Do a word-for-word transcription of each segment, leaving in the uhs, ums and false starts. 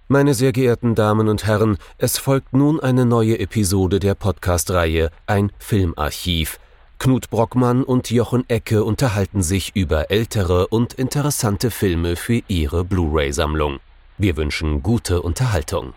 Meine sehr geehrten Damen und Herren, es folgt nun eine neue Episode der Podcast-Reihe Ein Filmarchiv. Knut Brockmann und Jochen Ecke unterhalten sich über ältere und interessante Filme für ihre Blu-ray-Sammlung. Wir wünschen gute Unterhaltung.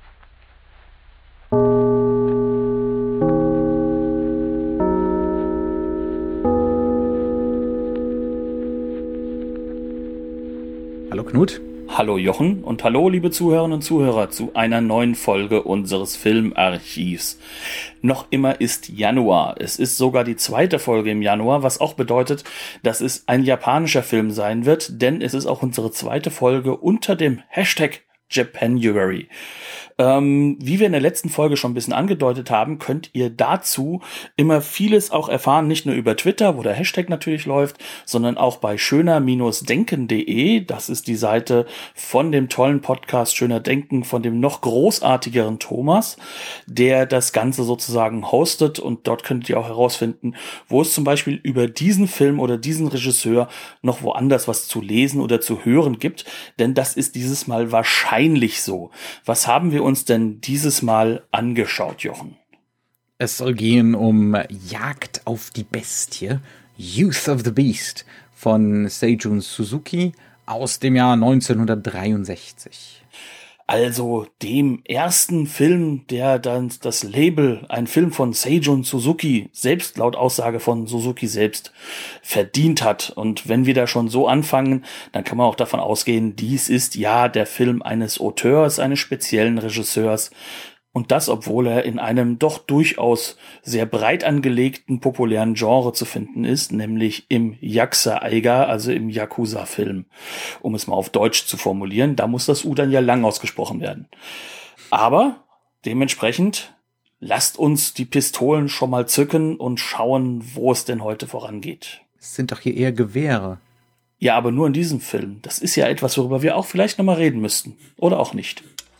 Hallo Knut. Hallo Jochen und hallo liebe Zuhörerinnen und Zuhörer zu einer neuen Folge unseres Filmarchivs. Noch immer ist Januar. Es ist sogar die zweite Folge im Januar, was auch bedeutet, dass es ein japanischer Film sein wird, denn es ist auch unsere zweite Folge unter dem Hashtag Japanuary. Ähm, wie wir in der letzten Folge schon ein bisschen angedeutet haben, könnt ihr dazu immer vieles auch erfahren, nicht nur über Twitter, wo der Hashtag natürlich läuft, sondern auch bei schöner denken punkt de. Das ist die Seite von dem tollen Podcast Schöner Denken, von dem noch großartigeren Thomas, der das Ganze sozusagen hostet, und dort könnt ihr auch herausfinden, wo es zum Beispiel über diesen Film oder diesen Regisseur noch woanders was zu lesen oder zu hören gibt, denn das ist dieses Mal wahrscheinlich so. Was haben wir uns denn dieses Mal angeschaut, Jochen? Es soll gehen um Jagd auf die Bestie, Youth of the Beast von Seijun Suzuki aus dem Jahr neunzehnhundertdreiundsechzig. Also dem ersten Film, der dann das Label, ein Film von Seijun Suzuki, selbst laut Aussage von Suzuki selbst, verdient hat. Und wenn wir da schon so anfangen, dann kann man auch davon ausgehen, dies ist ja der Film eines Auteurs, eines speziellen Regisseurs. Und das, obwohl er in einem doch durchaus sehr breit angelegten, populären Genre zu finden ist, nämlich im Yakuza-Eiga, also im Yakuza-Film. Um es mal auf Deutsch zu formulieren, da muss das U dann ja lang ausgesprochen werden. Aber dementsprechend, lasst uns die Pistolen schon mal zücken und schauen, wo es denn heute vorangeht. Es sind doch hier eher Gewehre. Ja, aber nur in diesem Film. Das ist ja etwas, worüber wir auch vielleicht noch mal reden müssten. Oder auch nicht.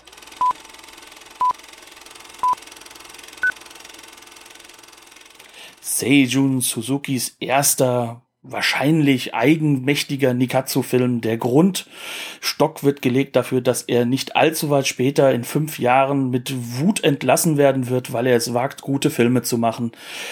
Seijun Suzukis erster, wahrscheinlich eigenmächtiger Nikatsu-Film. Der Grundstock wird gelegt dafür, dass er nicht allzu weit später in fünf Jahren mit Wut entlassen werden wird, weil er es wagt, gute Filme zu machen.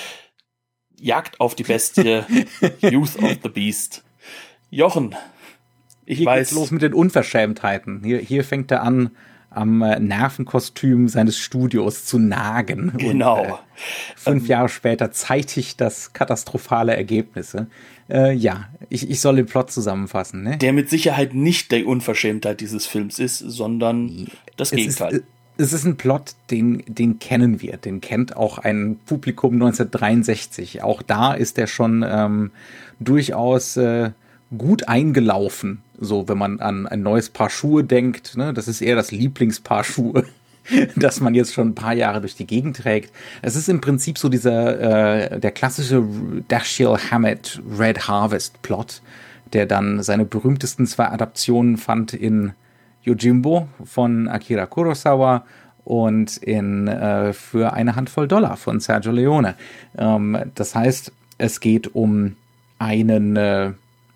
Jagd auf die Bestie, Youth of the Beast. Jochen, ich hier weiß... Geht's los mit den Unverschämtheiten. Hier, hier fängt er an, am Nervenkostüm seines Studios zu nagen. Genau. Und, äh, fünf ähm, Jahre später zeitigt das katastrophale Ergebnisse. Äh, ja, ich, ich soll den Plot zusammenfassen. Ne? Der mit Sicherheit nicht die Unverschämtheit dieses Films ist, sondern das es Gegenteil. Ist, es ist ein Plot, den, den kennen wir. Den kennt auch ein Publikum neunzehnhundertdreiundsechzig. Auch da ist er schon ähm, durchaus... Äh, gut eingelaufen, so wenn man an ein neues Paar Schuhe denkt, ne, das ist eher das Lieblingspaar Schuhe, das man jetzt schon ein paar Jahre durch die Gegend trägt. Es ist im Prinzip so dieser äh, der klassische Dashiell Hammett Red Harvest Plot, der dann seine berühmtesten zwei Adaptionen fand in Yojimbo von Akira Kurosawa und in äh, Für eine Handvoll Dollar von Sergio Leone. Ähm, das heißt, es geht um einen äh,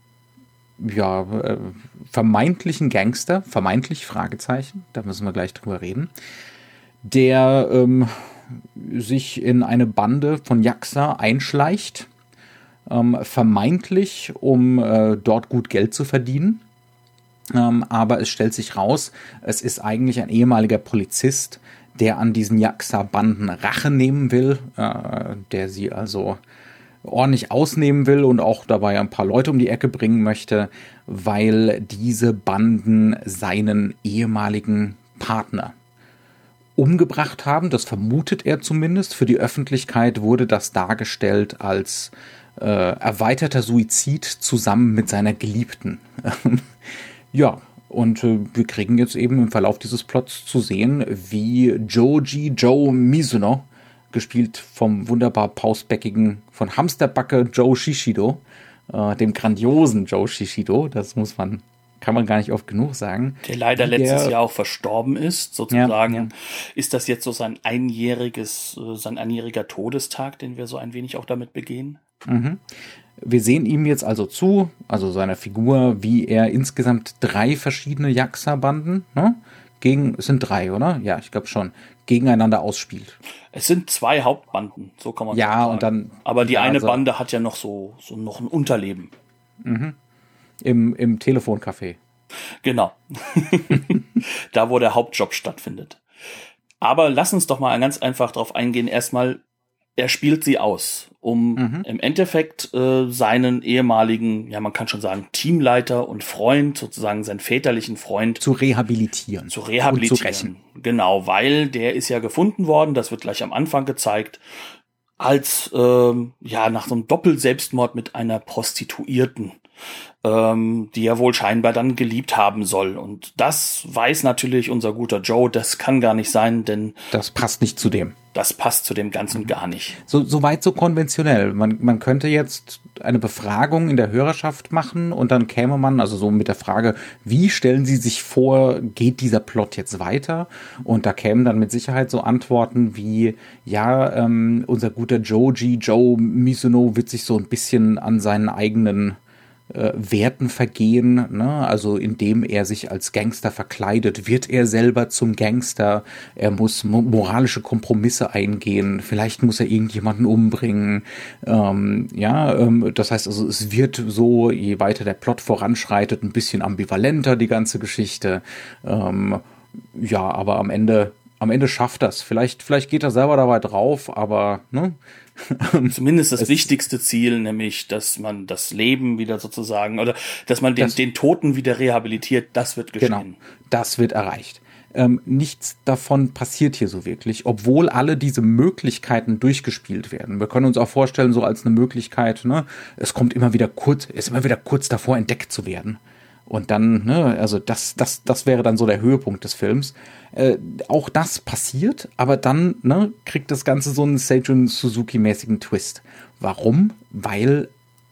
ja, äh, vermeintlichen Gangster, vermeintlich Fragezeichen, da müssen wir gleich drüber reden, der ähm, sich in eine Bande von Yakuza einschleicht, ähm, vermeintlich, um äh, dort gut Geld zu verdienen. Ähm, aber es stellt sich raus, es ist eigentlich ein ehemaliger Polizist, der an diesen Yakuza-Banden Rache nehmen will, äh, der sie also ordentlich ausnehmen will und auch dabei ein paar Leute um die Ecke bringen möchte, weil diese Banden seinen ehemaligen Partner umgebracht haben. Das vermutet er zumindest. Für die Öffentlichkeit wurde das dargestellt als äh, erweiterter Suizid zusammen mit seiner Geliebten. Ja, und äh, wir kriegen jetzt eben im Verlauf dieses Plots zu sehen, wie Joji Joe Mizuno, gespielt vom wunderbar pausbäckigen, von Hamsterbacke Joe Shishido, äh, dem grandiosen Joe Shishido, das muss man, kann man gar nicht oft genug sagen. Der leider der, letztes Jahr auch verstorben ist, sozusagen. Ja, ja. Ist das jetzt so sein einjähriges, sein einjähriger Todestag, den wir so ein wenig auch damit begehen? Mhm. Wir sehen ihm jetzt also zu, also seiner Figur, wie er insgesamt drei verschiedene Yakuza-Banden, ne, gegen, es sind drei, oder? Ja, ich glaube schon, gegeneinander ausspielt. Es sind zwei Hauptbanden, so kann man ja, sagen. Und dann, aber die ja, eine also, Bande hat ja noch so, so noch ein Unterleben. Mhm. Im, im Telefoncafé. Genau. Da, wo der Hauptjob stattfindet. Aber lass uns doch mal ganz einfach drauf eingehen. Erstmal, er spielt sie aus, um mhm. im Endeffekt äh, seinen ehemaligen, ja man kann schon sagen, Teamleiter und Freund, sozusagen seinen väterlichen Freund zu rehabilitieren. Zu rehabilitieren. Und zu rächen. Genau, weil der ist ja gefunden worden, das wird gleich am Anfang gezeigt, als ähm, ja nach so einem Doppelselbstmord mit einer Prostituierten, ähm, die er wohl scheinbar dann geliebt haben soll. Und das weiß natürlich unser guter Joe, das kann gar nicht sein, denn das passt nicht zu dem. Das passt zu dem Ganzen gar nicht. So, so weit, so konventionell. Man, man könnte jetzt eine Befragung in der Hörerschaft machen und dann käme man, also so mit der Frage, wie stellen Sie sich vor, geht dieser Plot jetzt weiter? Und da kämen dann mit Sicherheit so Antworten wie, ja, ähm, unser guter Joji, Joe Misono wird sich so ein bisschen an seinen eigenen Äh, Werten vergehen, ne? Also indem er sich als Gangster verkleidet, wird er selber zum Gangster, er muss mo- moralische Kompromisse eingehen, vielleicht muss er irgendjemanden umbringen, ähm, ja, ähm, das heißt also, es wird so, je weiter der Plot voranschreitet, ein bisschen ambivalenter, die ganze Geschichte, ähm, ja, aber am Ende, am Ende schafft das, vielleicht, vielleicht geht er selber dabei drauf, aber, ne? Zumindest das wichtigste Ziel, nämlich, dass man das Leben wieder sozusagen, oder dass man den, das, den Toten wieder rehabilitiert, das wird geschehen. Genau, das wird erreicht. Ähm, nichts davon passiert hier so wirklich, obwohl alle diese Möglichkeiten durchgespielt werden. Wir können uns auch vorstellen, so als eine Möglichkeit, ne, es kommt immer wieder kurz, ist immer wieder kurz davor, entdeckt zu werden. Und dann, ne, also das, das, das wäre dann so der Höhepunkt des Films. Äh, auch das passiert, aber dann, ne, kriegt das Ganze so einen Seijun Suzuki-mäßigen Twist. Warum? Weil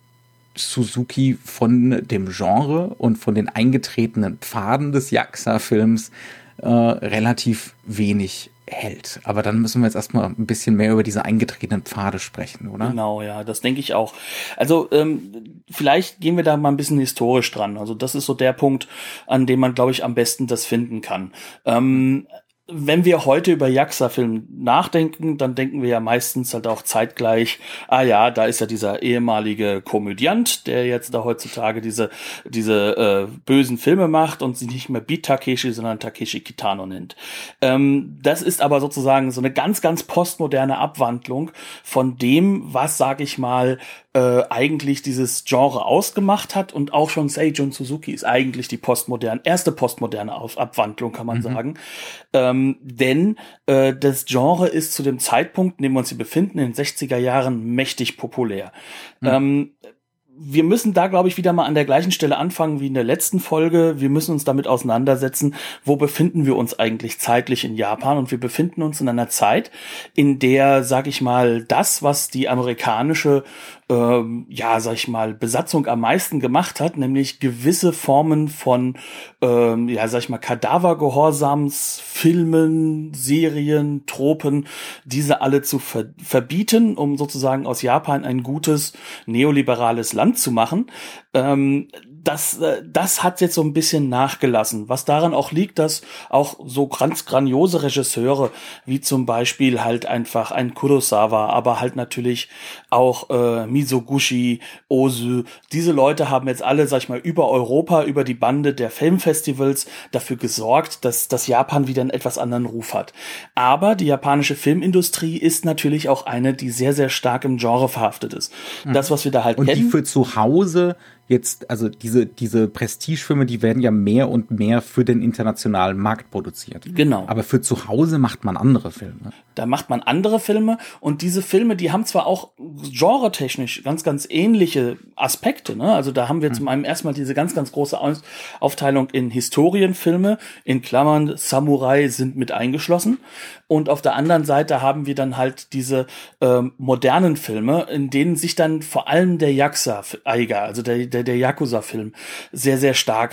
Suzuki von dem Genre und von den eingetretenen Pfaden des Yakuza-Films äh, relativ wenig hält. Aber dann müssen wir jetzt erstmal ein bisschen mehr über diese eingetretenen Pfade sprechen, oder? Genau, ja, das denke ich auch. Also ähm, vielleicht gehen wir da mal ein bisschen historisch dran. Also das ist so der Punkt, an dem man, glaube ich, am besten das finden kann. Ähm, Wenn wir heute über Yakuza-Film nachdenken, dann denken wir ja meistens halt auch zeitgleich, ah ja, da ist ja dieser ehemalige Komödiant, der jetzt da heutzutage diese diese äh, bösen Filme macht und sie nicht mehr Beat Takeshi, sondern Takeshi Kitano nennt. Ähm, das ist aber sozusagen so eine ganz, ganz postmoderne Abwandlung von dem, was, sag ich mal, äh, eigentlich dieses Genre ausgemacht hat, und auch schon Seijun Suzuki ist eigentlich die postmoderne, erste postmoderne Abwandlung, kann man mhm. sagen. Ähm, denn äh, das Genre ist zu dem Zeitpunkt, in dem wir uns hier befinden, in den sechziger Jahren mächtig populär. Mhm. Ähm, wir müssen da, glaube ich, wieder mal an der gleichen Stelle anfangen wie in der letzten Folge. Wir müssen uns damit auseinandersetzen, wo befinden wir uns eigentlich zeitlich in Japan. Und wir befinden uns in einer Zeit, in der, sag ich mal, das, was die amerikanische ähm, ja, sag ich mal, Besatzung am meisten gemacht hat, nämlich gewisse Formen von, ähm, ja, sag ich mal, Kadavergehorsams, Filmen, Serien, Tropen, diese alle zu ver- verbieten, um sozusagen aus Japan ein gutes neoliberales Land zu machen. Ähm, das, das hat jetzt so ein bisschen nachgelassen, was daran auch liegt, dass auch so ganz grandiose Regisseure, wie zum Beispiel halt einfach ein Kurosawa, aber halt natürlich auch äh, Mizoguchi, Ozu, diese Leute haben jetzt alle, sag ich mal, über Europa, über die Bande der Filmfestivals dafür gesorgt, dass das Japan wieder einen etwas anderen Ruf hat. Aber die japanische Filmindustrie ist natürlich auch eine, die sehr, sehr stark im Genre verhaftet ist. Mhm. Das, was wir da halt und kennen. Und die für zu Hause jetzt, also diese, diese Prestigefilme, die werden ja mehr und mehr für den internationalen Markt produziert. Genau. Aber für zu Hause macht man andere Filme. Da macht man andere Filme, und diese Filme, die haben zwar auch genretechnisch ganz, ganz ähnliche Aspekte, ne? Also da haben wir hm. zum einen erstmal diese ganz, ganz große Aufteilung in Historienfilme, in Klammern Samurai sind mit eingeschlossen, und auf der anderen Seite haben wir dann halt diese ähm, modernen Filme, in denen sich dann vor allem der Yakuza, also der, der, der Yakuza-Film sehr, sehr stark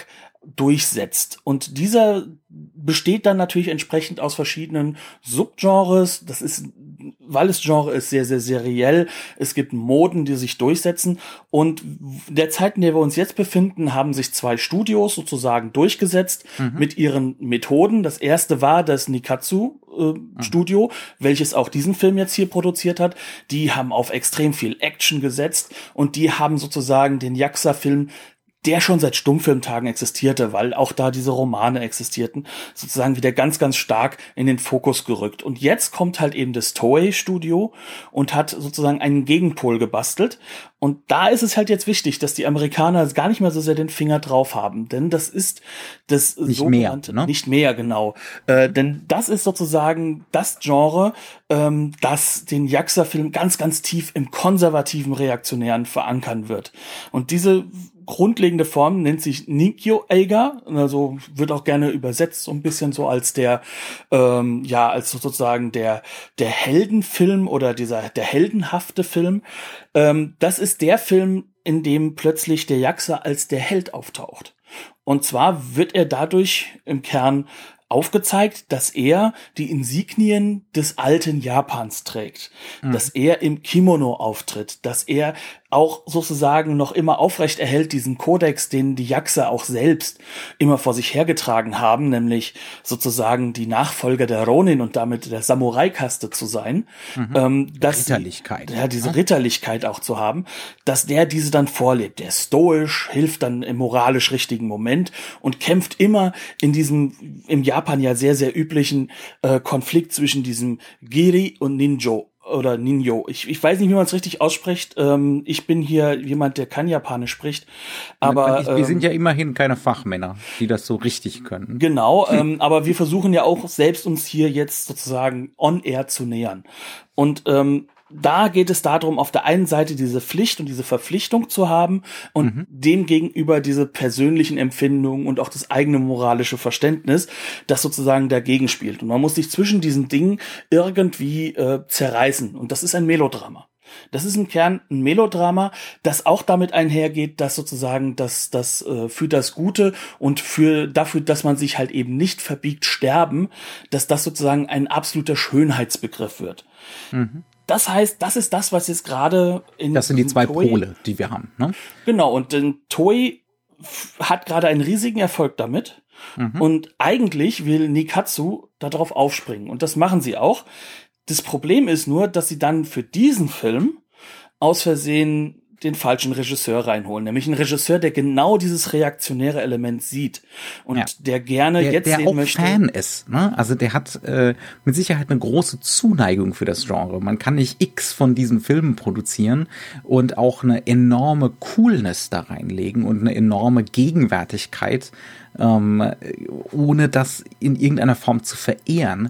durchsetzt. Und dieser besteht dann natürlich entsprechend aus verschiedenen Subgenres. Das ist, weil es Genre ist, sehr, sehr seriell. Es gibt Moden, die sich durchsetzen. Und der Zeit, in der wir uns jetzt befinden, haben sich zwei Studios sozusagen durchgesetzt mhm. mit ihren Methoden. Das erste war das Nikatsu äh, Studio, mhm. welches auch diesen Film jetzt hier produziert hat. Die haben auf extrem viel Action gesetzt und die haben sozusagen den Yakuza-Film, der schon seit Stummfilmtagen existierte, weil auch da diese Romane existierten, sozusagen wieder ganz, ganz stark in den Fokus gerückt. Und jetzt kommt halt eben das Toei-Studio und hat sozusagen einen Gegenpol gebastelt. Und da ist es halt jetzt wichtig, dass die Amerikaner gar nicht mehr so sehr den Finger drauf haben, denn das ist das nicht sogenannte, mehr, ne? nicht mehr, genau. Äh, denn das ist sozusagen das Genre, ähm, das den Yakuza-Film ganz, ganz tief im konservativen Reaktionären verankern wird. Und diese grundlegende Form nennt sich Nikkyo-Eiga, also wird auch gerne übersetzt so ein bisschen so als der, ähm, ja, als sozusagen der der Heldenfilm oder dieser der heldenhafte Film. Ähm, das ist der Film, in dem plötzlich der Yakuza als der Held auftaucht. Und zwar wird er dadurch im Kern aufgezeigt, dass er die Insignien des alten Japans trägt, mhm. dass er im Kimono auftritt, dass er auch sozusagen noch immer aufrecht erhält diesen Kodex, den die Yakuza auch selbst immer vor sich hergetragen haben, nämlich sozusagen die Nachfolger der Ronin und damit der Samurai-Kaste zu sein. Mhm. Ähm, dass Ritterlichkeit. Ja, diese ja? Ritterlichkeit auch zu haben, dass der diese dann vorlebt. Der ist stoisch, hilft dann im moralisch richtigen Moment und kämpft immer in diesem, im Japan ja sehr, sehr üblichen äh, Konflikt zwischen diesem Giri und Ninjo. Oder Ninjo. Ich, ich weiß nicht, wie man es richtig ausspricht. Ähm, ich bin hier jemand, der kein Japanisch spricht. Aber ich, wir ähm, sind ja immerhin keine Fachmänner, die das so richtig können. Genau, ähm, aber wir versuchen ja auch selbst uns hier jetzt sozusagen on air zu nähern. Und ähm, da geht es darum, auf der einen Seite diese Pflicht und diese Verpflichtung zu haben und mhm. dem gegenüber diese persönlichen Empfindungen und auch das eigene moralische Verständnis, das sozusagen dagegen spielt. Und man muss sich zwischen diesen Dingen irgendwie äh, zerreißen. Und das ist ein Melodrama. Das ist im Kern ein Melodrama, das auch damit einhergeht, dass sozusagen das, das äh, für das Gute und für dafür, dass man sich halt eben nicht verbiegt, sterben, dass das sozusagen ein absoluter Schönheitsbegriff wird. Mhm. Das heißt, das ist das, was jetzt gerade in Das sind die zwei Toei, Pole, die wir haben, ne? Genau, und den Toei f- hat gerade einen riesigen Erfolg damit. Mhm. Und eigentlich will Nikatsu darauf aufspringen. Und das machen sie auch. Das Problem ist nur, dass sie dann für diesen Film aus Versehen den falschen Regisseur reinholen, nämlich einen Regisseur, der genau dieses reaktionäre Element sieht und ja. der gerne der, jetzt der sehen auch möchte. Fan ist, ne? Also der hat äh, mit Sicherheit eine große Zuneigung für das Genre. Man kann nicht x von diesen Filmen produzieren und auch eine enorme Coolness da reinlegen und eine enorme Gegenwärtigkeit, ähm, ohne das in irgendeiner Form zu verehren.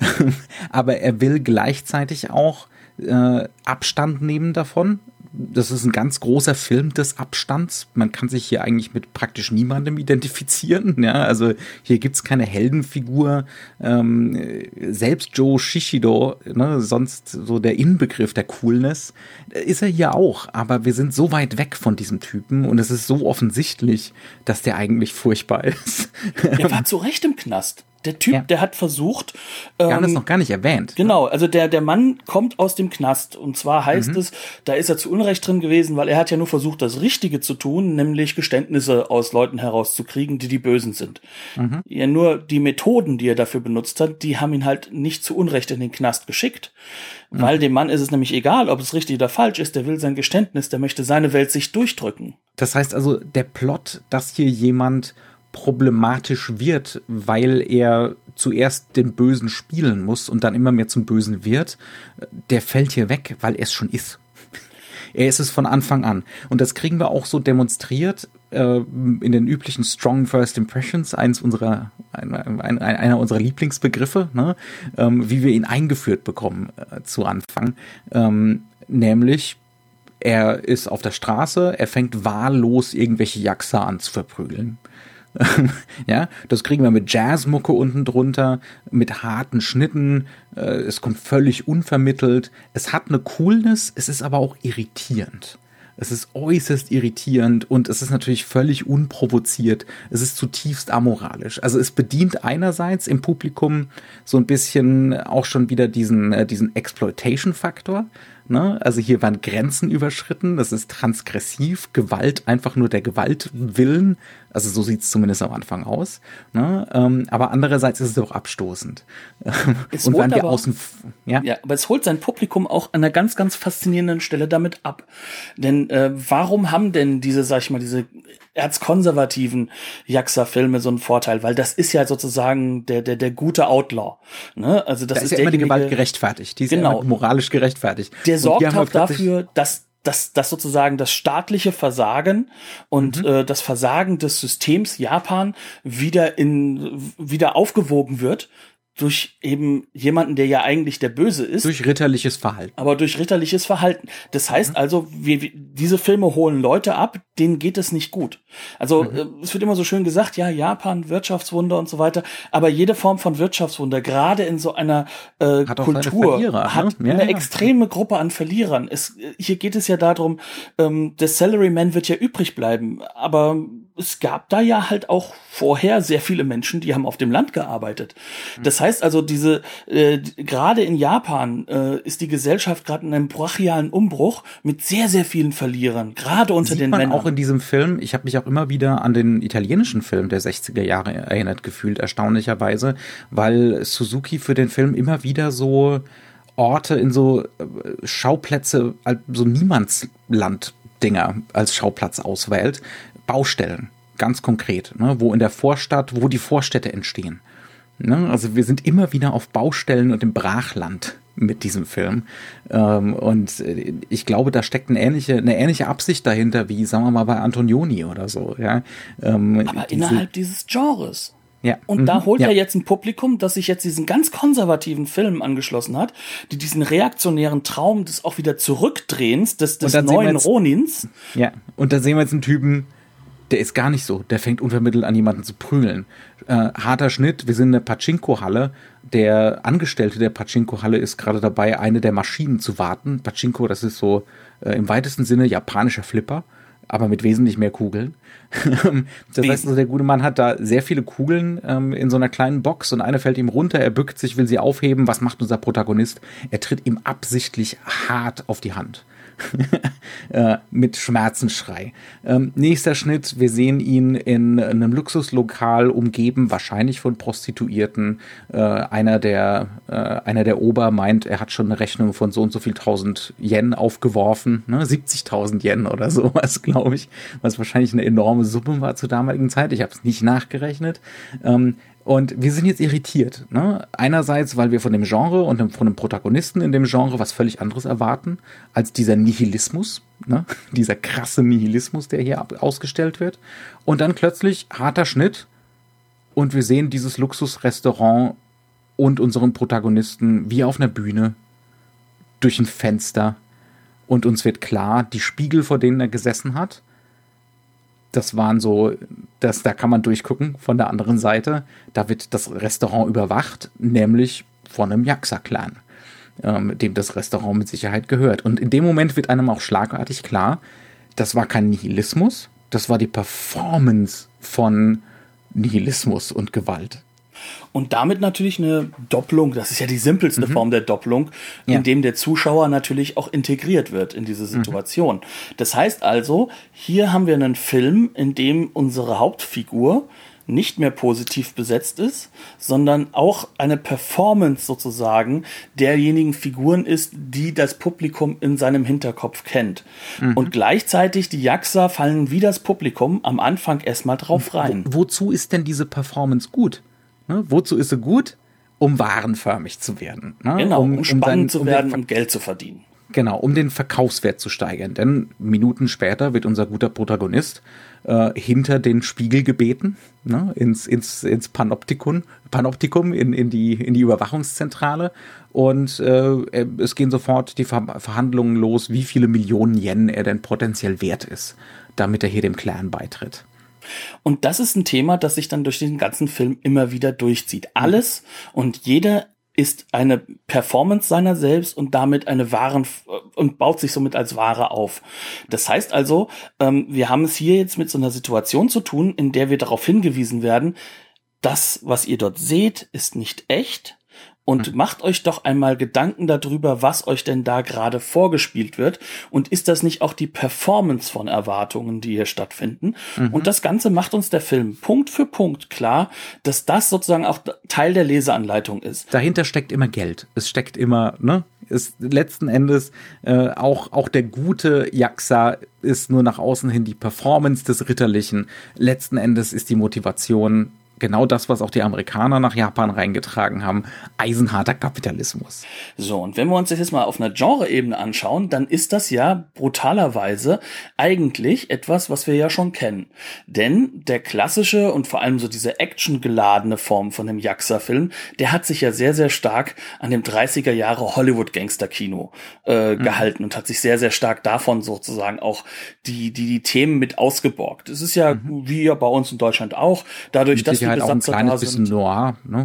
Aber er will gleichzeitig auch äh, Abstand nehmen davon. Das ist ein ganz großer Film des Abstands. Man kann sich hier eigentlich mit praktisch niemandem identifizieren. Ja, also hier gibt's keine Heldenfigur. Ähm, selbst Joe Shishido, ne, sonst so der Inbegriff der Coolness, ist er hier auch. Aber wir sind so weit weg von diesem Typen und es ist so offensichtlich, dass der eigentlich furchtbar ist. Er war zu Recht im Knast. Der Typ, ja. der hat versucht. Wir ähm, haben das noch gar nicht erwähnt. Genau, also der der Mann kommt aus dem Knast und zwar heißt mhm. es, da ist er zu Unrecht drin gewesen, weil er hat ja nur versucht, das Richtige zu tun, nämlich Geständnisse aus Leuten herauszukriegen, die die Bösen sind. Mhm. Ja, nur die Methoden, die er dafür benutzt hat, die haben ihn halt nicht zu Unrecht in den Knast geschickt, mhm. weil dem Mann ist es nämlich egal, ob es richtig oder falsch ist. Der will sein Geständnis, der möchte seine Welt sich durchdrücken. Das heißt also, der Plot, dass hier jemand problematisch wird, weil er zuerst den Bösen spielen muss und dann immer mehr zum Bösen wird, der fällt hier weg, weil er es schon ist. Er ist es von Anfang an. Und das kriegen wir auch so demonstriert äh, in den üblichen Strong First Impressions, eins unserer, ein, ein, einer unserer Lieblingsbegriffe, ne? ähm, wie wir ihn eingeführt bekommen äh, zu Anfang. Ähm, nämlich, er ist auf der Straße, er fängt wahllos irgendwelche Yakuza an zu verprügeln. Ja, das kriegen wir mit Jazzmucke unten drunter, mit harten Schnitten, äh, es kommt völlig unvermittelt, es hat eine Coolness, es ist aber auch irritierend. Es ist äußerst irritierend und es ist natürlich völlig unprovoziert. Es ist zutiefst amoralisch. Also es bedient einerseits im Publikum so ein bisschen auch schon wieder diesen, äh, diesen Exploitation-Faktor. Ne? Also hier werden Grenzen überschritten, das ist transgressiv, Gewalt, einfach nur der Gewalt willen, also so sieht es zumindest am Anfang aus, ne? ähm, aber andererseits ist es auch abstoßend. Es und wenn wir aber, außen, ja? ja, aber es holt sein Publikum auch an einer ganz, ganz faszinierenden Stelle damit ab. Denn äh, warum haben denn diese, sag ich mal, diese erzkonservativen Jaxa-Filme so einen Vorteil? Weil das ist ja sozusagen der der der gute Outlaw. Ne? Also das da ist ist ja immer die Gewalt gerechtfertigt, die ist genau. ja immer moralisch gerechtfertigt. Der und sorgt auch dafür, dass dass dass sozusagen das staatliche Versagen und mhm. äh, das Versagen des Systems Japan wieder in wieder aufgewogen wird durch eben jemanden, der ja eigentlich der Böse ist. Durch ritterliches Verhalten. Aber durch ritterliches Verhalten. Das heißt also, wir, wir, diese Filme holen Leute ab, denen geht es nicht gut. Also mhm. äh, es wird immer so schön gesagt, ja, Japan, Wirtschaftswunder und so weiter. Aber jede Form von Wirtschaftswunder, gerade in so einer äh, hat Kultur, Verlierer, hat ne? ja, eine ja. extreme Gruppe an Verlierern. Es, hier geht es ja darum, ähm, der Salaryman wird ja übrig bleiben. Aber es gab da ja halt auch vorher sehr viele Menschen, die haben auf dem Land gearbeitet. Das heißt also, diese äh, gerade in Japan äh, ist die Gesellschaft gerade in einem brachialen Umbruch mit sehr, sehr vielen Verlierern, gerade unter Sieht den man Männern. Auch in diesem Film, ich habe mich auch immer wieder an den italienischen Film der sechziger Jahre erinnert gefühlt, erstaunlicherweise, weil Suzuki für den Film immer wieder so Orte in so Schauplätze, so Niemandsland-Dinger als Schauplatz auswählt. Baustellen, ganz konkret, ne, wo in der Vorstadt, wo die Vorstädte entstehen. Ne, also wir sind immer wieder auf Baustellen und im Brachland mit diesem Film. Ähm, und ich glaube, da steckt eine ähnliche, eine ähnliche Absicht dahinter, wie, sagen wir mal, bei Antonioni oder so. Ja? Ähm, Aber diese, innerhalb dieses Genres. Ja. Und da holt ja. er jetzt ein Publikum, das sich jetzt diesen ganz konservativen Filmen angeschlossen hat, die diesen reaktionären Traum des auch wieder Zurückdrehens, des, des neuen jetzt, Ronins. Ja, und da sehen wir jetzt einen Typen, der ist gar nicht so. Der fängt unvermittelt an, jemanden zu prügeln. Äh, harter Schnitt, wir sind in der Pachinko-Halle. Der Angestellte der Pachinko-Halle ist gerade dabei, eine der Maschinen zu warten. Pachinko, das ist so äh, im weitesten Sinne japanischer Flipper, aber mit wesentlich mehr Kugeln. Das heißt, also, der gute Mann hat da sehr viele Kugeln ähm, in so einer kleinen Box und eine fällt ihm runter, er bückt sich, will sie aufheben. Was macht unser Protagonist? Er tritt ihm absichtlich hart auf die Hand. äh, mit Schmerzensschrei. Ähm, nächster Schnitt, wir sehen ihn in einem Luxuslokal umgeben, wahrscheinlich von Prostituierten. Äh, einer der äh, einer der Ober meint, er hat schon eine Rechnung von so und so viel tausend Yen aufgeworfen, ne? siebzigtausend Yen oder sowas, glaube ich, was wahrscheinlich eine enorme Summe war zur damaligen Zeit. Ich habe es nicht nachgerechnet. Ähm, Und wir sind jetzt irritiert. Ne? Einerseits, weil wir von dem Genre und von dem Protagonisten in dem Genre was völlig anderes erwarten, als dieser Nihilismus, ne? Dieser krasse Nihilismus, der hier ausgestellt wird. Und dann plötzlich harter Schnitt und wir sehen dieses Luxusrestaurant und unseren Protagonisten wie auf einer Bühne durch ein Fenster. Und uns wird klar, die Spiegel, vor denen er gesessen hat, das waren so, das, da kann man durchgucken von der anderen Seite. Da wird das Restaurant überwacht, nämlich von einem Jaxa-Clan, ähm, dem das Restaurant mit Sicherheit gehört. Und in dem Moment wird einem auch schlagartig klar, das war kein Nihilismus, das war die Performance von Nihilismus und Gewalt. Und damit natürlich eine Doppelung, das ist ja die simpelste mhm. Form der Doppelung, ja. in dem der Zuschauer natürlich auch integriert wird in diese Situation. Mhm. Das heißt also, hier haben wir einen Film, in dem unsere Hauptfigur nicht mehr positiv besetzt ist, sondern auch eine Performance sozusagen derjenigen Figuren ist, die das Publikum in seinem Hinterkopf kennt. Mhm. Und gleichzeitig die Jaxa fallen wie das Publikum am Anfang erstmal drauf rein. Wo, wozu ist denn diese Performance gut? Ne? Wozu ist sie gut? Um warenförmig zu werden. Ne? Genau, um, um spannend um dein, zu werden, um um Geld zu verdienen. Genau, um den Verkaufswert zu steigern. Denn Minuten später wird unser guter Protagonist äh, hinter den Spiegel gebeten, ne? ins, ins, ins Panoptikon, Panoptikum, in, in, die, in die Überwachungszentrale. Und äh, es gehen sofort die Ver- Verhandlungen los, wie viele Millionen Yen er denn potenziell wert ist, damit er hier dem Clan beitritt. Und das ist ein Thema, das sich dann durch den ganzen Film immer wieder durchzieht. Alles und jeder ist eine Performance seiner selbst und damit eine Waren und baut sich somit als Ware auf. Das heißt also, ähm, wir haben es hier jetzt mit so einer Situation zu tun, in der wir darauf hingewiesen werden, das, was ihr dort seht, ist nicht echt. Und macht euch doch einmal Gedanken darüber, was euch denn da gerade vorgespielt wird. Und ist das nicht auch die Performance von Erwartungen, die hier stattfinden? Mhm. Und das Ganze macht uns der Film Punkt für Punkt klar, dass das sozusagen auch Teil der Leseanleitung ist. Dahinter steckt immer Geld. Es steckt immer, ne? Ist letzten Endes äh, auch, auch der gute Yaksa ist nur nach außen hin die Performance des Ritterlichen. Letzten Endes ist die Motivation genau das, was auch die Amerikaner nach Japan reingetragen haben, eisenharter Kapitalismus. So, und wenn wir uns das jetzt mal auf einer Genre-Ebene anschauen, dann ist das ja brutalerweise eigentlich etwas, was wir ja schon kennen. Denn der klassische und vor allem so diese actiongeladene Form von dem Yaksa-Film, der hat sich ja sehr, sehr stark an dem dreißiger Jahre Hollywood-Gangster-Kino äh, mhm. gehalten und hat sich sehr, sehr stark davon sozusagen auch die, die, die Themen mit ausgeborgt. Es ist ja, mhm. wie ja bei uns in Deutschland auch, dadurch, dass halt auch ein kleines bisschen Noir, ne?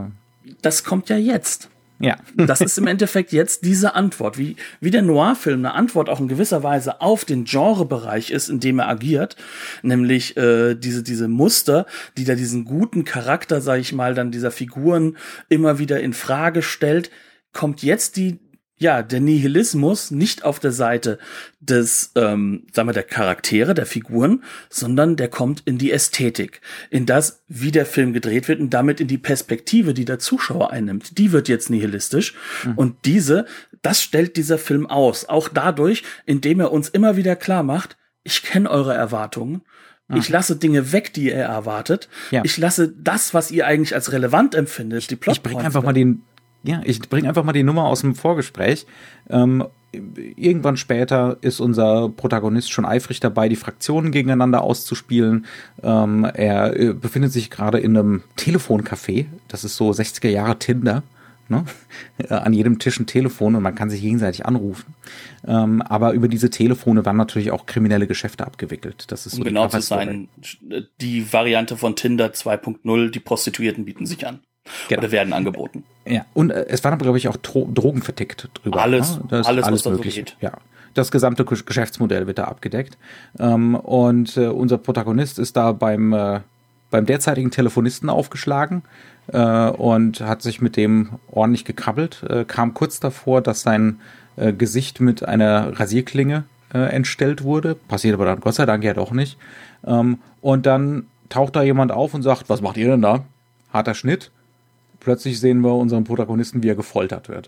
Das kommt ja jetzt. Ja. Das ist im Endeffekt jetzt diese Antwort. Wie, wie der Noir-Film eine Antwort auch in gewisser Weise auf den Genrebereich ist, in dem er agiert. Nämlich äh, diese, diese Muster, die da diesen guten Charakter, sag ich mal, dann dieser Figuren immer wieder in Frage stellt, kommt jetzt die Ja, der Nihilismus nicht auf der Seite des, ähm, sagen wir, der Charaktere, der Figuren, sondern der kommt in die Ästhetik, in das, wie der Film gedreht wird und damit in die Perspektive, die der Zuschauer einnimmt. Die wird jetzt nihilistisch. Mhm. Und diese, das stellt dieser Film aus. Auch dadurch, indem er uns immer wieder klar macht, ich kenne eure Erwartungen. Mhm. Ich lasse Dinge weg, die ihr erwartet. Ja. Ich lasse das, was ihr eigentlich als relevant empfindet, die Plotpoints. Ich bringe einfach mal den Ja, ich bringe einfach mal die Nummer aus dem Vorgespräch. Ähm, irgendwann später ist unser Protagonist schon eifrig dabei, die Fraktionen gegeneinander auszuspielen. Ähm, er äh, befindet sich gerade in einem Telefoncafé. Das ist so sechziger Jahre Tinder. Ne? An jedem Tisch ein Telefon und man kann sich gegenseitig anrufen. Ähm, aber über diese Telefone werden natürlich auch kriminelle Geschäfte abgewickelt. Das ist so um genau zu sein, die Variante von Tinder zwei Punkt null, die Prostituierten bieten sich an. Genau. Oder werden angeboten. Ja, und äh, es waren aber, glaube ich, auch Dro- Drogen vertickt drüber. Alles, ne? das alles, alles was mögliche. da so geht. Ja, das gesamte Geschäftsmodell wird da abgedeckt. Ähm, und äh, unser Protagonist ist da beim, äh, beim derzeitigen Telefonisten aufgeschlagen äh, und hat sich mit dem ordentlich gekrabbelt. Äh, kam kurz davor, dass sein äh, Gesicht mit einer Rasierklinge äh, entstellt wurde. Passiert aber dann Gott sei Dank ja doch nicht. Ähm, und dann taucht da jemand auf und sagt, was macht ihr denn da? Harter Schnitt. Plötzlich sehen wir unseren Protagonisten, wie er gefoltert wird.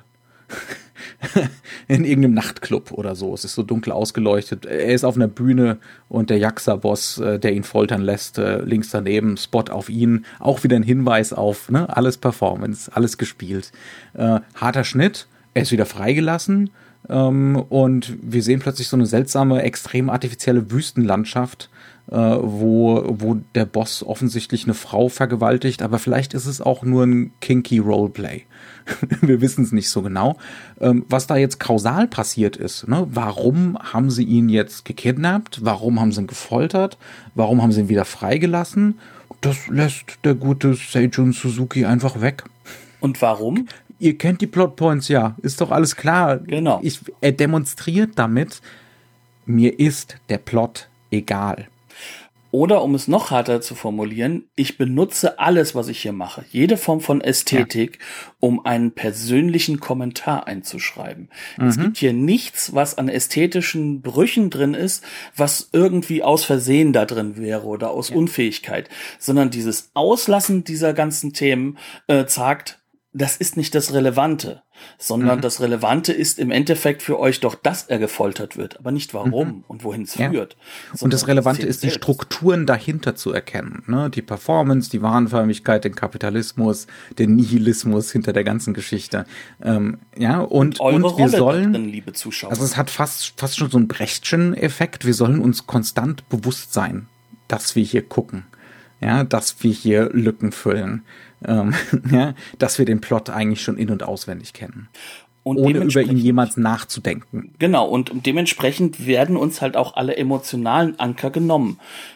In irgendeinem Nachtclub oder so. Es ist so dunkel ausgeleuchtet. Er ist auf einer Bühne und der Yaksa-Boss, der ihn foltern lässt, links daneben, Spot auf ihn. Auch wieder ein Hinweis auf, ne, alles Performance, alles gespielt. Äh, harter Schnitt, er ist wieder freigelassen. Ähm, und wir sehen plötzlich so eine seltsame, extrem artifizielle Wüstenlandschaft, äh, wo, wo der Boss offensichtlich eine Frau vergewaltigt, aber vielleicht ist es auch nur ein kinky Roleplay. Wir wissen es nicht so genau. Ähm, was da jetzt kausal passiert ist, ne? Warum haben sie ihn jetzt gekidnappt? Warum haben sie ihn gefoltert? Warum haben sie ihn wieder freigelassen? Das lässt der gute Seijun Suzuki einfach weg. Und warum? Ihr kennt die Plotpoints, ja. Ist doch alles klar. Genau. Ich, er demonstriert damit, mir ist der Plot egal. Oder um es noch härter zu formulieren, ich benutze alles, was ich hier mache, jede Form von Ästhetik, ja, um einen persönlichen Kommentar einzuschreiben. Mhm. Es gibt hier nichts, was an ästhetischen Brüchen drin ist, was irgendwie aus Versehen da drin wäre oder aus ja. Unfähigkeit, sondern dieses Auslassen dieser ganzen Themen äh, sagt, das ist nicht das Relevante, sondern mhm. das Relevante ist im Endeffekt für euch doch, dass er gefoltert wird, aber nicht warum mhm. und wohin es ja. führt. Und das Relevante ist, die selbst. Strukturen dahinter zu erkennen, ne? Die Performance, die Wahnförmigkeit, den Kapitalismus, den Nihilismus hinter der ganzen Geschichte. Ähm, ja, und, und, und wir Rolle sollen, drin, liebe Zuschauer. Also es hat fast, fast schon so einen Brechtschen Effekt. Wir sollen uns konstant bewusst sein, dass wir hier gucken, ja, dass wir hier Lücken füllen. Ähm, ja, dass wir den Plot eigentlich schon in- und auswendig kennen. Und ohne über ihn jemals nachzudenken. Genau, und dementsprechend werden uns halt auch alle emotionalen Anker genommen.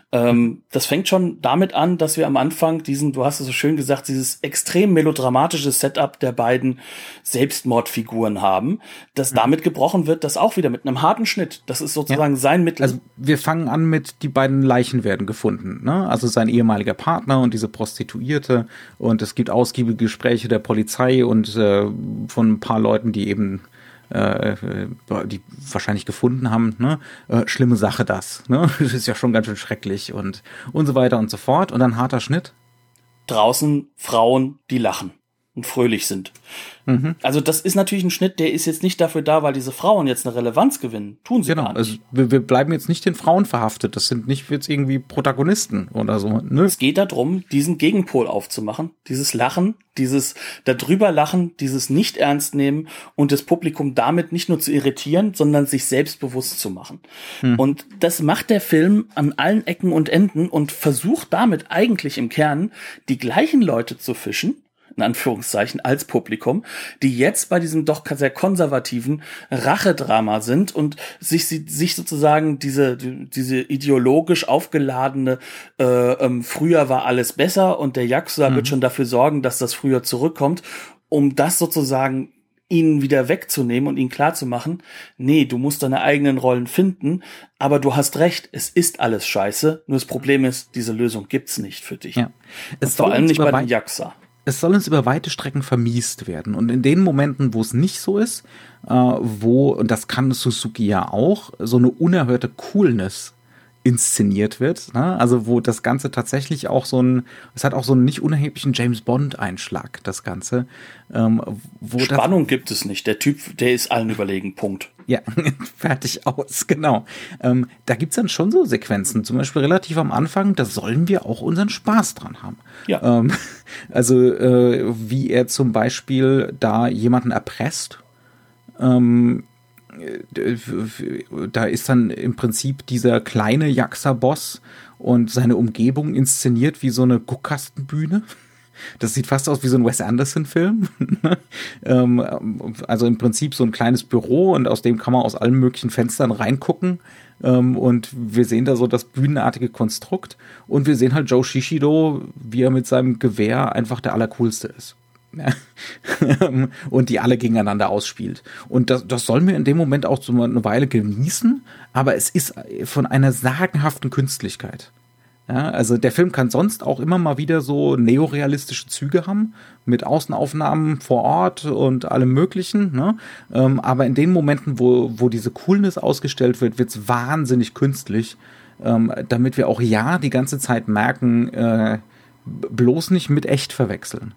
Ähm, das fängt schon damit an, dass wir am Anfang diesen, du hast es so schön gesagt, dieses extrem melodramatische Setup der beiden Selbstmordfiguren haben, das mhm. damit gebrochen wird, das auch wieder mit einem harten Schnitt. Das ist sozusagen ja. sein Mittel. Also wir fangen an mit, die beiden Leichen werden gefunden, ne? Also sein ehemaliger Partner und diese Prostituierte, und es gibt ausgiebige Gespräche der Polizei und äh, von ein paar Leuten, die eben Äh, die wahrscheinlich gefunden haben, ne? Äh, schlimme Sache das, ne? Das ist ja schon ganz schön schrecklich und und so weiter und so fort. Und dann harter Schnitt. Draußen Frauen, die lachen und fröhlich sind. Mhm. Also das ist natürlich ein Schnitt, der ist jetzt nicht dafür da, weil diese Frauen jetzt eine Relevanz gewinnen. Tun sie genau, gar nicht. Also wir, wir bleiben jetzt nicht den Frauen verhaftet. Das sind nicht jetzt irgendwie Protagonisten oder so. Ne? Es geht darum, diesen Gegenpol aufzumachen. Dieses Lachen, dieses darüber lachen, dieses nicht ernst nehmen und das Publikum damit nicht nur zu irritieren, sondern sich selbstbewusst zu machen. Mhm. Und das macht der Film an allen Ecken und Enden und versucht damit eigentlich im Kern die gleichen Leute zu fischen, in Anführungszeichen, als Publikum, die jetzt bei diesem doch sehr konservativen Rachedrama sind und sich sich sozusagen diese diese ideologisch aufgeladene äh, ähm, früher war alles besser und der Yakuza mhm. wird schon dafür sorgen, dass das früher zurückkommt, um das sozusagen ihnen wieder wegzunehmen und ihnen klarzumachen, nee, du musst deine eigenen Rollen finden, aber du hast recht, es ist alles scheiße, nur das Problem ist, diese Lösung gibt's nicht für dich. Ja. Es vor allem nicht bei den Yakuza. Es soll uns über weite Strecken vermiest werden. Und in den Momenten, wo es nicht so ist, äh, wo, und das kann Suzuki ja auch, so eine unerhörte Coolness inszeniert wird, ne? Also wo das Ganze tatsächlich auch so ein, es hat auch so einen nicht unerheblichen James-Bond-Einschlag, das Ganze. Ähm, wo Spannung das, gibt es nicht. Der Typ, der ist allen überlegen, Punkt. Ja, fertig aus, genau. Ähm, da gibt's dann schon so Sequenzen, zum Beispiel relativ am Anfang, da sollen wir auch unseren Spaß dran haben. Ja. Ähm, also äh, wie er zum Beispiel da jemanden erpresst, ähm, da ist dann im Prinzip dieser kleine Yakuza-Boss und seine Umgebung inszeniert wie so eine Guckkastenbühne. Das sieht fast aus wie so ein Wes Anderson-Film. Also im Prinzip so ein kleines Büro und aus dem kann man aus allen möglichen Fenstern reingucken. Und wir sehen da so das bühnenartige Konstrukt und wir sehen halt Joe Shishido, wie er mit seinem Gewehr einfach der Allercoolste ist. Und die alle gegeneinander ausspielt. Und das, das sollen wir in dem Moment auch so eine Weile genießen, aber es ist von einer sagenhaften Künstlichkeit. Ja, also der Film kann sonst auch immer mal wieder so neorealistische Züge haben, mit Außenaufnahmen vor Ort und allem Möglichen, ne? Ähm, aber in den Momenten, wo, wo diese Coolness ausgestellt wird, wird's wahnsinnig künstlich, ähm, damit wir auch ja die ganze Zeit merken, äh, bloß nicht mit echt verwechseln.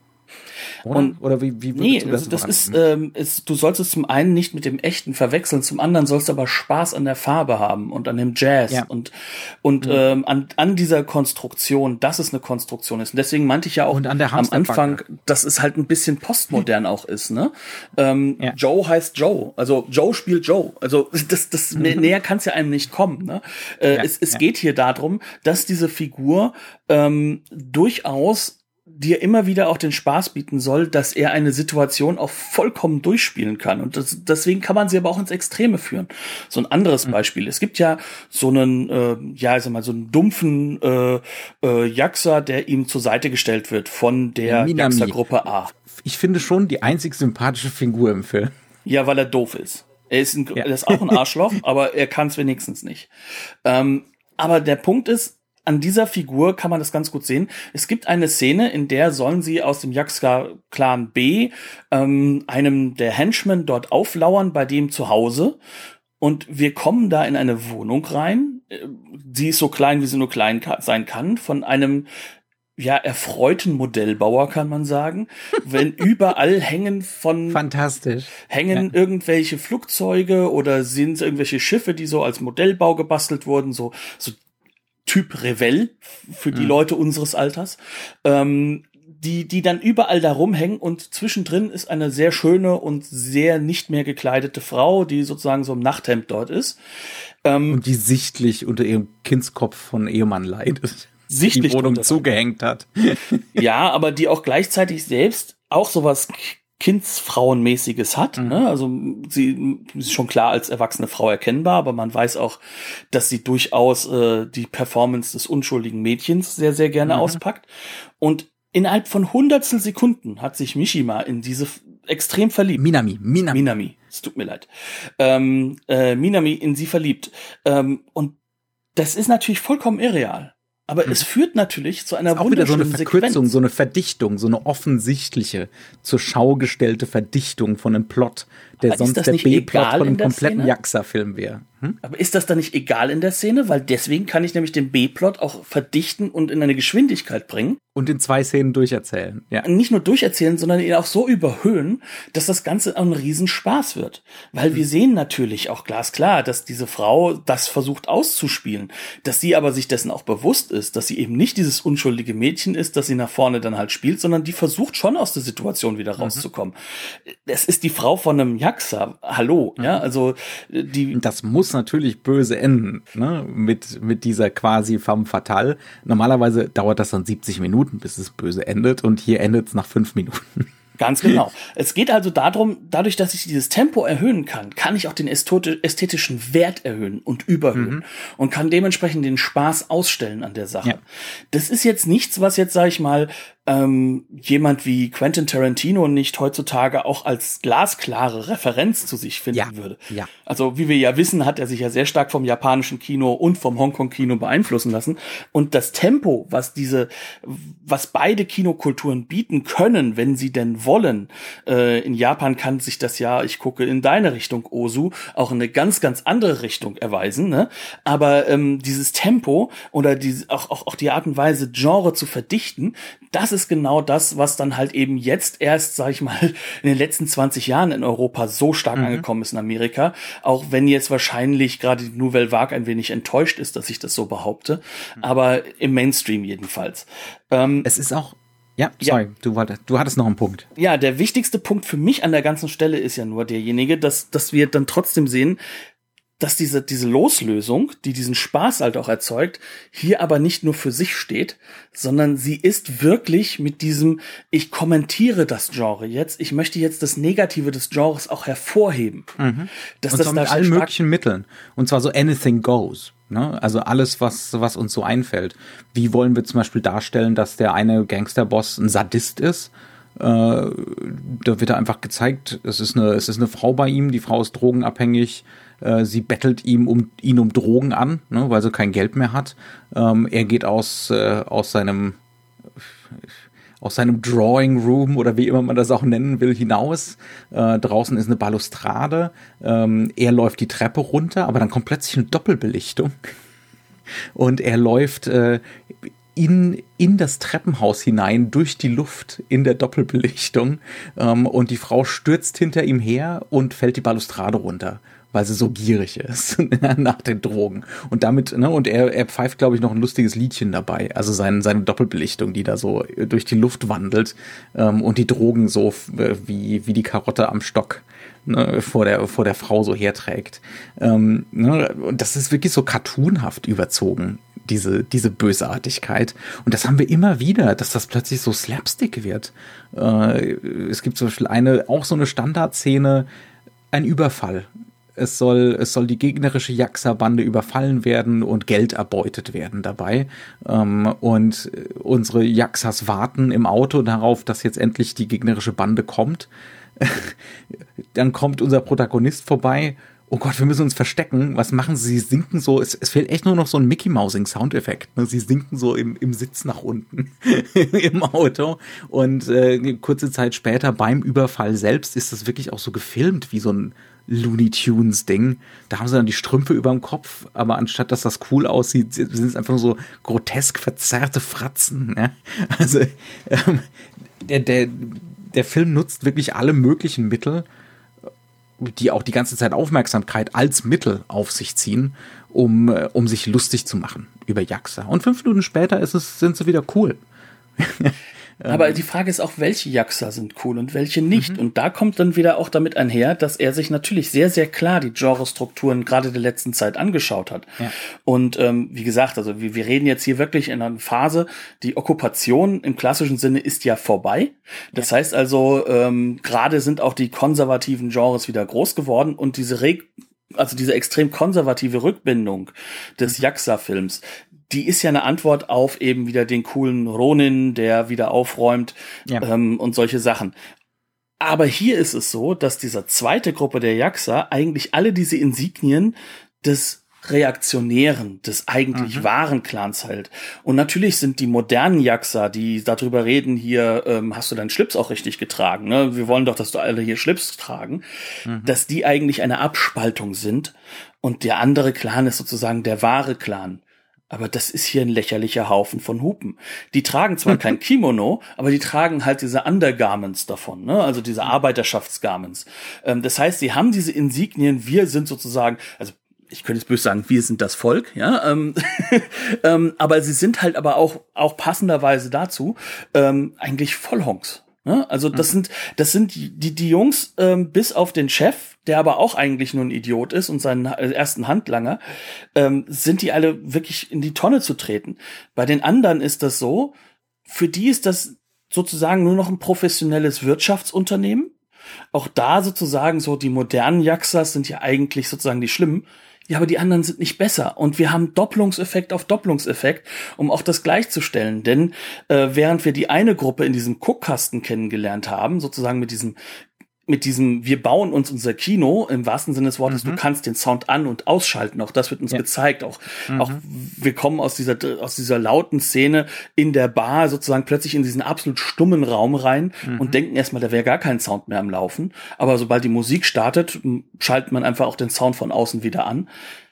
Oder? Und Oder wie, wie nee, du das, das, das ist, ähm, ist, du sollst es zum einen nicht mit dem Echten verwechseln, zum anderen sollst du aber Spaß an der Farbe haben und an dem Jazz ja. und und mhm. ähm, an, an dieser Konstruktion, dass es eine Konstruktion ist. Und deswegen meinte ich ja auch an am Anfang, dass es halt ein bisschen postmodern mhm. auch ist. Ne? Ähm, ja. Joe heißt Joe, also Joe spielt Joe. Also das, das mhm. näher kann es ja einem nicht kommen. Ne? Äh, ja. Es, es ja. geht hier darum, dass diese Figur ähm, durchaus dir immer wieder auch den Spaß bieten soll, dass er eine Situation auch vollkommen durchspielen kann. Und das, deswegen kann man sie aber auch ins Extreme führen. So ein anderes mhm. Beispiel. Es gibt ja so einen, äh, ja, ich sag mal, so einen dumpfen äh, äh, Yakuza, der ihm zur Seite gestellt wird von der Yakuza-Gruppe A. Ich finde schon die einzig sympathische Figur im Film. Ja, weil er doof ist. Er ist, ein, ja. er ist auch ein Arschloch, aber er kann es wenigstens nicht. Ähm, aber der Punkt ist, an dieser Figur kann man das ganz gut sehen. Es gibt eine Szene, in der sollen sie aus dem Yakuza-Clan B ähm, einem der Henchmen dort auflauern, bei dem zu Hause. Und wir kommen da in eine Wohnung rein. Sie ist so klein, wie sie nur klein ka- sein kann, von einem ja erfreuten Modellbauer, kann man sagen. Wenn überall hängen von fantastisch hängen ja. irgendwelche Flugzeuge oder sind irgendwelche Schiffe, die so als Modellbau gebastelt wurden, so so Typ Revell für die mhm. Leute unseres Alters, ähm, die die dann überall da rumhängen und zwischendrin ist eine sehr schöne und sehr nicht mehr gekleidete Frau, die sozusagen so im Nachthemd dort ist. Ähm, und die sichtlich unter ihrem Kindskopf von Ehemann leidet. Sichtlich die Wohnung zugehängt hat. Ja, aber die auch gleichzeitig selbst auch sowas Kindsfrauenmäßiges hat. Mhm. Ne? Also sie ist schon klar als erwachsene Frau erkennbar, aber man weiß auch, dass sie durchaus äh, die Performance des unschuldigen Mädchens sehr, sehr gerne mhm. auspackt. Und innerhalb von hundertstel Sekunden hat sich Mishima in diese extrem verliebt. Minami, Minami. Minami, es tut mir leid. Ähm, äh, Minami in sie verliebt. Ähm, und das ist natürlich vollkommen irreal. Aber hm. es führt natürlich zu einer ist auch wieder so eine wunderschönen Verkürzung, Sequenz. So eine Verdichtung, so eine offensichtliche, zur Schau gestellte Verdichtung von einem Plot, der Aber sonst der B-Plot von einem kompletten Jaxa-Film wäre. Hm? Aber ist das dann nicht egal in der Szene? Weil deswegen kann ich nämlich den B-Plot auch verdichten und in eine Geschwindigkeit bringen. Und in zwei Szenen durcherzählen. Ja. Nicht nur durcherzählen, sondern ihn auch so überhöhen, dass das Ganze ein Riesenspaß wird. Weil mhm. wir sehen natürlich auch glasklar, dass diese Frau das versucht auszuspielen. Dass sie aber sich dessen auch bewusst ist, dass sie eben nicht dieses unschuldige Mädchen ist, das sie nach vorne dann halt spielt, sondern die versucht schon aus der Situation wieder rauszukommen. Mhm. Es ist die Frau von einem Jaxa. Hallo, mhm. ja, also die. Das muss natürlich böse enden, ne? Mit, mit dieser quasi femme fatale. Normalerweise dauert das dann siebzig Minuten, bis es böse endet, und hier endet es nach fünf Minuten. Ganz genau. Es geht also darum, dadurch, dass ich dieses Tempo erhöhen kann, kann ich auch den ästhetischen Wert erhöhen und überhöhen mhm. und kann dementsprechend den Spaß ausstellen an der Sache. Ja. Das ist jetzt nichts, was jetzt, sag ich mal, ähm, jemand wie Quentin Tarantino nicht heutzutage auch als glasklare Referenz zu sich finden ja. würde. Ja. Also wie wir ja wissen, hat er sich ja sehr stark vom japanischen Kino und vom Hongkong-Kino beeinflussen lassen. Und das Tempo, was diese, was beide Kinokulturen bieten können, wenn sie denn wollen, äh, in Japan kann sich das ja, ich gucke in deine Richtung, Ozu, auch in eine ganz, ganz andere Richtung erweisen. Ne? Aber ähm, dieses Tempo oder die, auch, auch, auch die Art und Weise, Genre zu verdichten, das ist genau das, was dann halt eben jetzt erst, sag ich mal, in den letzten zwanzig Jahren in Europa so stark mhm. angekommen ist in Amerika. Auch wenn jetzt wahrscheinlich gerade die Nouvelle Vague ein wenig enttäuscht ist, dass ich das so behaupte. Mhm. Aber im Mainstream jedenfalls. Ähm, es ist auch Ja, sorry, ja. Du, warte, du hattest noch einen Punkt. Ja, der wichtigste Punkt für mich an der ganzen Stelle ist ja nur derjenige, dass, dass wir dann trotzdem sehen, dass diese, diese Loslösung, die diesen Spaß halt auch erzeugt, hier aber nicht nur für sich steht, sondern sie ist wirklich mit diesem, ich kommentiere das Genre jetzt, ich möchte jetzt das Negative des Genres auch hervorheben. Mhm. Dass Und das zwar mit allen möglichen Mitteln. Und zwar so anything goes. Ne? Also alles, was, was uns so einfällt. Wie wollen wir zum Beispiel darstellen, dass der eine Gangsterboss ein Sadist ist? Äh, da wird er einfach gezeigt, es ist eine, es ist eine Frau bei ihm, die Frau ist drogenabhängig. Sie bettelt ihm um, ihn um Drogen an, ne, weil sie kein Geld mehr hat. Ähm, er geht aus, äh, aus seinem aus seinem Drawing Room oder wie immer man das auch nennen will, hinaus. Äh, draußen ist eine Balustrade. Ähm, er läuft die Treppe runter, aber dann kommt plötzlich eine Doppelbelichtung. Und er läuft äh, in, in das Treppenhaus hinein, durch die Luft in der Doppelbelichtung. Ähm, und die Frau stürzt hinter ihm her und fällt die Balustrade runter, weil sie so gierig ist nach den Drogen. Und damit, ne, und er, er pfeift, glaube ich, noch ein lustiges Liedchen dabei. Also sein, seine Doppelbelichtung, die da so durch die Luft wandelt, ähm, und die Drogen so äh, wie, wie die Karotte am Stock, ne, vor der, vor der Frau so herträgt. Ähm, ne, und das ist wirklich so cartoonhaft überzogen, diese, diese Bösartigkeit. Und das haben wir immer wieder, dass das plötzlich so Slapstick wird. Äh, es gibt zum Beispiel eine, auch so eine Standardszene, ein Überfall. Es soll, es soll die gegnerische Jaxa-Bande überfallen werden und Geld erbeutet werden dabei. Ähm, und unsere Jaxas warten im Auto darauf, dass jetzt endlich die gegnerische Bande kommt. Dann kommt unser Protagonist vorbei. Oh Gott, wir müssen uns verstecken. Was machen sie? Sie sinken so, es, es fehlt echt nur noch so ein Mickey-Mousing-Soundeffekt. Ne? Sie sinken so im, im Sitz nach unten im Auto. Und äh, kurze Zeit später beim Überfall selbst ist das wirklich auch so gefilmt wie so ein Looney Tunes Ding. Da haben sie dann die Strümpfe überm Kopf, aber anstatt dass das cool aussieht, sind es einfach nur so grotesk verzerrte Fratzen. Ne? Also ähm, der, der, der Film nutzt wirklich alle möglichen Mittel, die auch die ganze Zeit Aufmerksamkeit als Mittel auf sich ziehen, um, um sich lustig zu machen über Jaxa. Und fünf Minuten später ist es, sind sie wieder cool. Aber die Frage ist auch, welche Jaxa sind cool und welche nicht. Mhm. Und da kommt dann wieder auch damit einher, dass er sich natürlich sehr, sehr klar die Genrestrukturen gerade der letzten Zeit angeschaut hat. Ja. Und ähm, wie gesagt, also wir, wir reden jetzt hier wirklich in einer Phase, die Okkupation im klassischen Sinne ist ja vorbei. Das ja. heißt also, ähm, gerade sind auch die konservativen Genres wieder groß geworden und diese Re- also diese extrem konservative Rückbindung des Jaxa-Films, die ist ja eine Antwort auf eben wieder den coolen Ronin, der wieder aufräumt ja. ähm, und solche Sachen. Aber hier ist es so, dass dieser zweite Gruppe der Jaxa eigentlich alle diese Insignien des Reaktionären, des eigentlich mhm. wahren Clans halt. Und natürlich sind die modernen Jaxa, die darüber reden, hier ähm, hast du deinen Schlips auch richtig getragen, ne? Wir wollen doch, dass du alle hier Schlips tragen, mhm. dass die eigentlich eine Abspaltung sind und der andere Clan ist sozusagen der wahre Clan. Aber das ist hier ein lächerlicher Haufen von Hupen. Die tragen zwar kein Kimono, aber die tragen halt diese Undergarments davon, ne? Also diese Arbeiterschaftsgarments. Ähm, das heißt, sie haben diese Insignien, wir sind sozusagen, also ich könnte jetzt böse sagen, wir sind das Volk, ja, ähm, ähm, aber sie sind halt aber auch auch passenderweise dazu ähm, eigentlich Vollhonks. Ne? Also das mhm. sind das sind die die, die Jungs ähm, bis auf den Chef, der aber auch eigentlich nur ein Idiot ist und seinen ersten Handlanger, ähm, sind die alle wirklich in die Tonne zu treten. Bei den anderen ist das so, für die ist das sozusagen nur noch ein professionelles Wirtschaftsunternehmen. Auch da sozusagen so die modernen Jaxas sind ja eigentlich sozusagen die Schlimmen. Ja, aber die anderen sind nicht besser. Und wir haben Doppelungseffekt auf Doppelungseffekt, um auch das gleichzustellen. Denn äh, während wir die eine Gruppe in diesem Guckkasten kennengelernt haben, sozusagen mit diesem mit diesem, wir bauen uns unser Kino, im wahrsten Sinne des Wortes, mhm. du kannst den Sound an- und ausschalten, auch das wird uns ja. gezeigt, auch, mhm. auch wir kommen aus dieser, aus dieser lauten Szene in der Bar sozusagen plötzlich in diesen absolut stummen Raum rein mhm. und denken erstmal, da wäre gar kein Sound mehr am Laufen, aber sobald die Musik startet, schaltet man einfach auch den Sound von außen wieder an.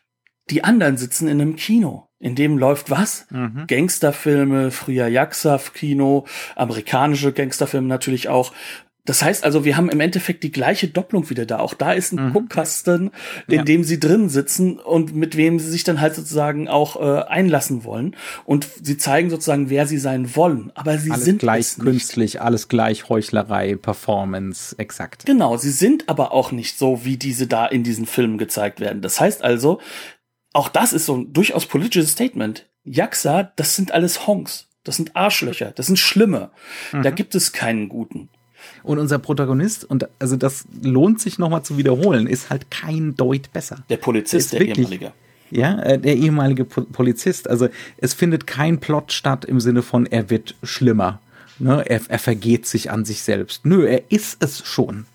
Die anderen sitzen in einem Kino. In dem läuft was? Mhm. Gangsterfilme, früher Jaxa-Kino, amerikanische Gangsterfilme natürlich auch. Das heißt also, wir haben im Endeffekt die gleiche Doppelung wieder da. Auch da ist ein mhm. Guckkasten, in ja. dem sie drin sitzen und mit wem sie sich dann halt sozusagen auch äh, einlassen wollen. Und sie zeigen sozusagen, wer sie sein wollen. Aber sie alles sind gleich künstlich, alles gleich Heuchlerei, Performance, exakt. Genau, sie sind aber auch nicht so, wie diese da in diesen Filmen gezeigt werden. Das heißt also, auch das ist so ein durchaus politisches Statement. Jaxa, das sind alles Honks. Das sind Arschlöcher. Das sind Schlimme. Mhm. Da gibt es keinen Guten. Und unser Protagonist, und also das lohnt sich nochmal zu wiederholen, ist halt kein Deut besser. Der Polizist, der wirklich, ehemalige. Ja, äh, der ehemalige Po- Polizist. Also es findet kein Plot statt im Sinne von, er wird schlimmer. Ne? Er, er vergeht sich an sich selbst. Nö, er ist es schon.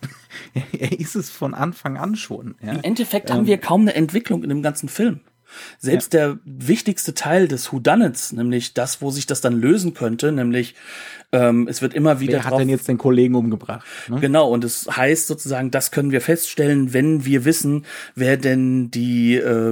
Er ist es von Anfang an schon. Ja? Im Endeffekt ähm, haben wir kaum eine Entwicklung in dem ganzen Film. Selbst ja. der wichtigste Teil des Whodunits, nämlich das, wo sich das dann lösen könnte, nämlich ähm, es wird immer wieder Wer hat drauf, denn jetzt den Kollegen umgebracht? Ne? Genau, und es heißt sozusagen, das können wir feststellen, wenn wir wissen, wer denn die äh,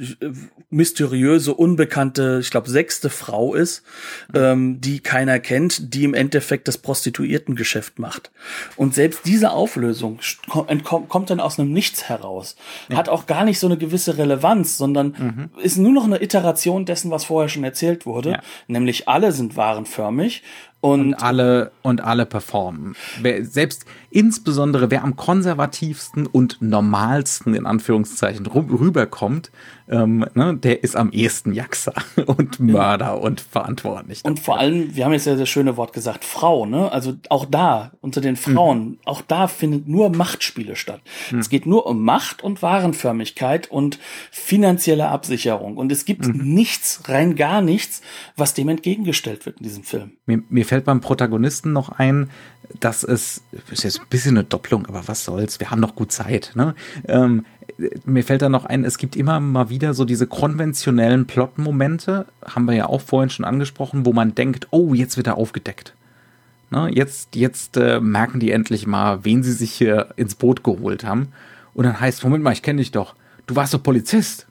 mysteriöse, unbekannte, ich glaube, sechste Frau ist, ähm, die keiner kennt, die im Endeffekt das Prostituiertengeschäft macht. Und selbst diese Auflösung kommt, kommt dann aus einem Nichts heraus. Ja. Hat auch gar nicht so eine gewisse Relevanz, sondern mhm. ist nur noch eine Iteration dessen, was vorher schon erzählt wurde. Ja. Nämlich alle sind warenförmig. Und, und alle und alle performen. Wer, selbst insbesondere wer am konservativsten und normalsten in Anführungszeichen rüberkommt, ähm, ne, der ist am ehesten Jaxa und Mörder ja. und verantwortlich. Und vor allem, wir haben jetzt ja das schöne Wort gesagt, Frau, ne? Also auch da, unter den Frauen, mhm. auch da findet nur Machtspiele statt. Mhm. Es geht nur um Macht und Warenförmigkeit und finanzielle Absicherung. Und es gibt mhm. nichts, rein gar nichts, was dem entgegengestellt wird in diesem Film. Mir, mir fällt beim Protagonisten noch ein, dass es, ist jetzt ein bisschen eine Doppelung, aber was soll's, wir haben noch gut Zeit, ne? Ähm, mir fällt da noch ein, es gibt immer mal wieder so diese konventionellen Plot-Momente, haben wir ja auch vorhin schon angesprochen, wo man denkt, oh, jetzt wird er aufgedeckt. Ne? Jetzt, jetzt äh, merken die endlich mal, wen sie sich hier ins Boot geholt haben. Und dann heißt, Moment mal, ich kenne dich doch. Du warst doch Polizist.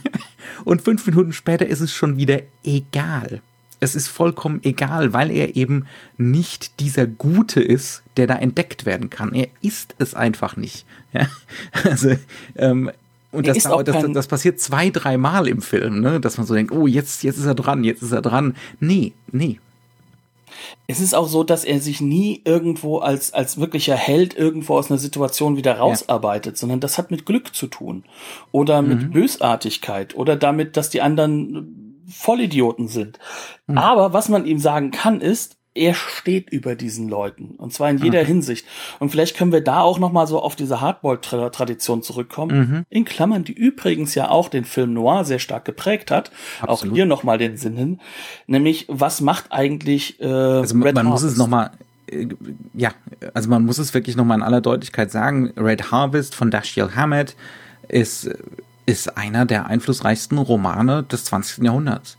Und fünf Minuten später ist es schon wieder egal. Es ist vollkommen egal, weil er eben nicht dieser Gute ist, der da entdeckt werden kann. Er ist es einfach nicht. Ja? Also, ähm, und das, das, das, das passiert zwei, drei Mal im Film, ne? Dass man so denkt, oh, jetzt, jetzt ist er dran, jetzt ist er dran. Nee, nee. Es ist auch so, dass er sich nie irgendwo als, als wirklicher Held irgendwo aus einer Situation wieder rausarbeitet, ja. sondern das hat mit Glück zu tun. Oder mit mhm. Bösartigkeit. Oder damit, dass die anderen Vollidioten sind. Mhm. Aber was man ihm sagen kann, ist, er steht über diesen Leuten. Und zwar in jeder mhm. Hinsicht. Und vielleicht können wir da auch noch mal so auf diese Hardboiled-Tradition zurückkommen. Mhm. In Klammern, die übrigens ja auch den Film Noir sehr stark geprägt hat. Absolut. Auch hier noch mal den Sinn hin. Nämlich, was macht eigentlich äh, Also man, man muss es noch mal äh, ja, also man muss es wirklich noch mal in aller Deutlichkeit sagen. Red Harvest von Dashiell Hammett ist, ist einer der einflussreichsten Romane des zwanzigsten Jahrhunderts.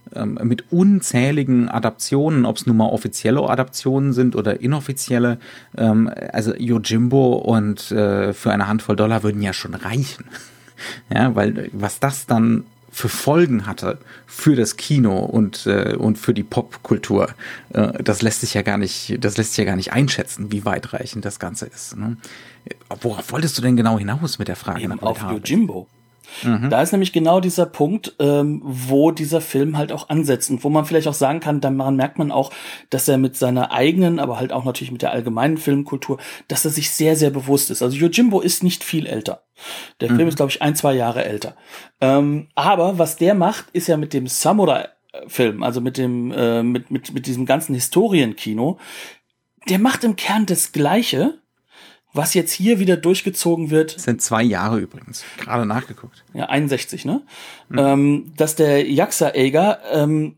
Mit unzähligen Adaptionen, ob es nun mal offizielle Adaptionen sind oder inoffizielle. Also Yojimbo und äh, für eine Handvoll Dollar würden ja schon reichen. Ja, weil was das dann für Folgen hatte für das Kino und äh, und für die Popkultur, äh, das lässt sich ja gar nicht, das lässt sich ja gar nicht einschätzen, wie weitreichend das Ganze ist. Ne? Worauf wolltest du denn genau hinaus mit der Frage? Eben auf Yojimbo. Mhm. Da ist nämlich genau dieser Punkt, ähm, wo dieser Film halt auch ansetzt und wo man vielleicht auch sagen kann, daran merkt man auch, dass er mit seiner eigenen, aber halt auch natürlich mit der allgemeinen Filmkultur, dass er sich sehr, sehr bewusst ist. Also Yojimbo ist nicht viel älter. Der mhm. Film ist, glaube ich, ein, zwei Jahre älter. Ähm, aber was der macht, ist ja mit dem Samurai-Film, also mit dem, äh, mit, mit, mit diesem ganzen Historienkino, der macht im Kern das Gleiche, was jetzt hier wieder durchgezogen wird. Das sind zwei Jahre übrigens. Gerade nachgeguckt. Ja, einundsechzig, ne? Mhm. Ähm, dass der Yaxer-Äger, ähm,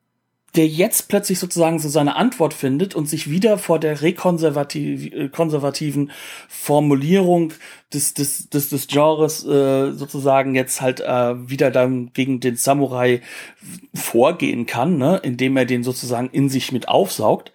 der jetzt plötzlich sozusagen so seine Antwort findet und sich wieder vor der rekonservativ, konservativen Formulierung des, des, des, des Genres äh, sozusagen jetzt halt äh, wieder dann gegen den Samurai vorgehen kann, ne? Indem er den sozusagen in sich mit aufsaugt.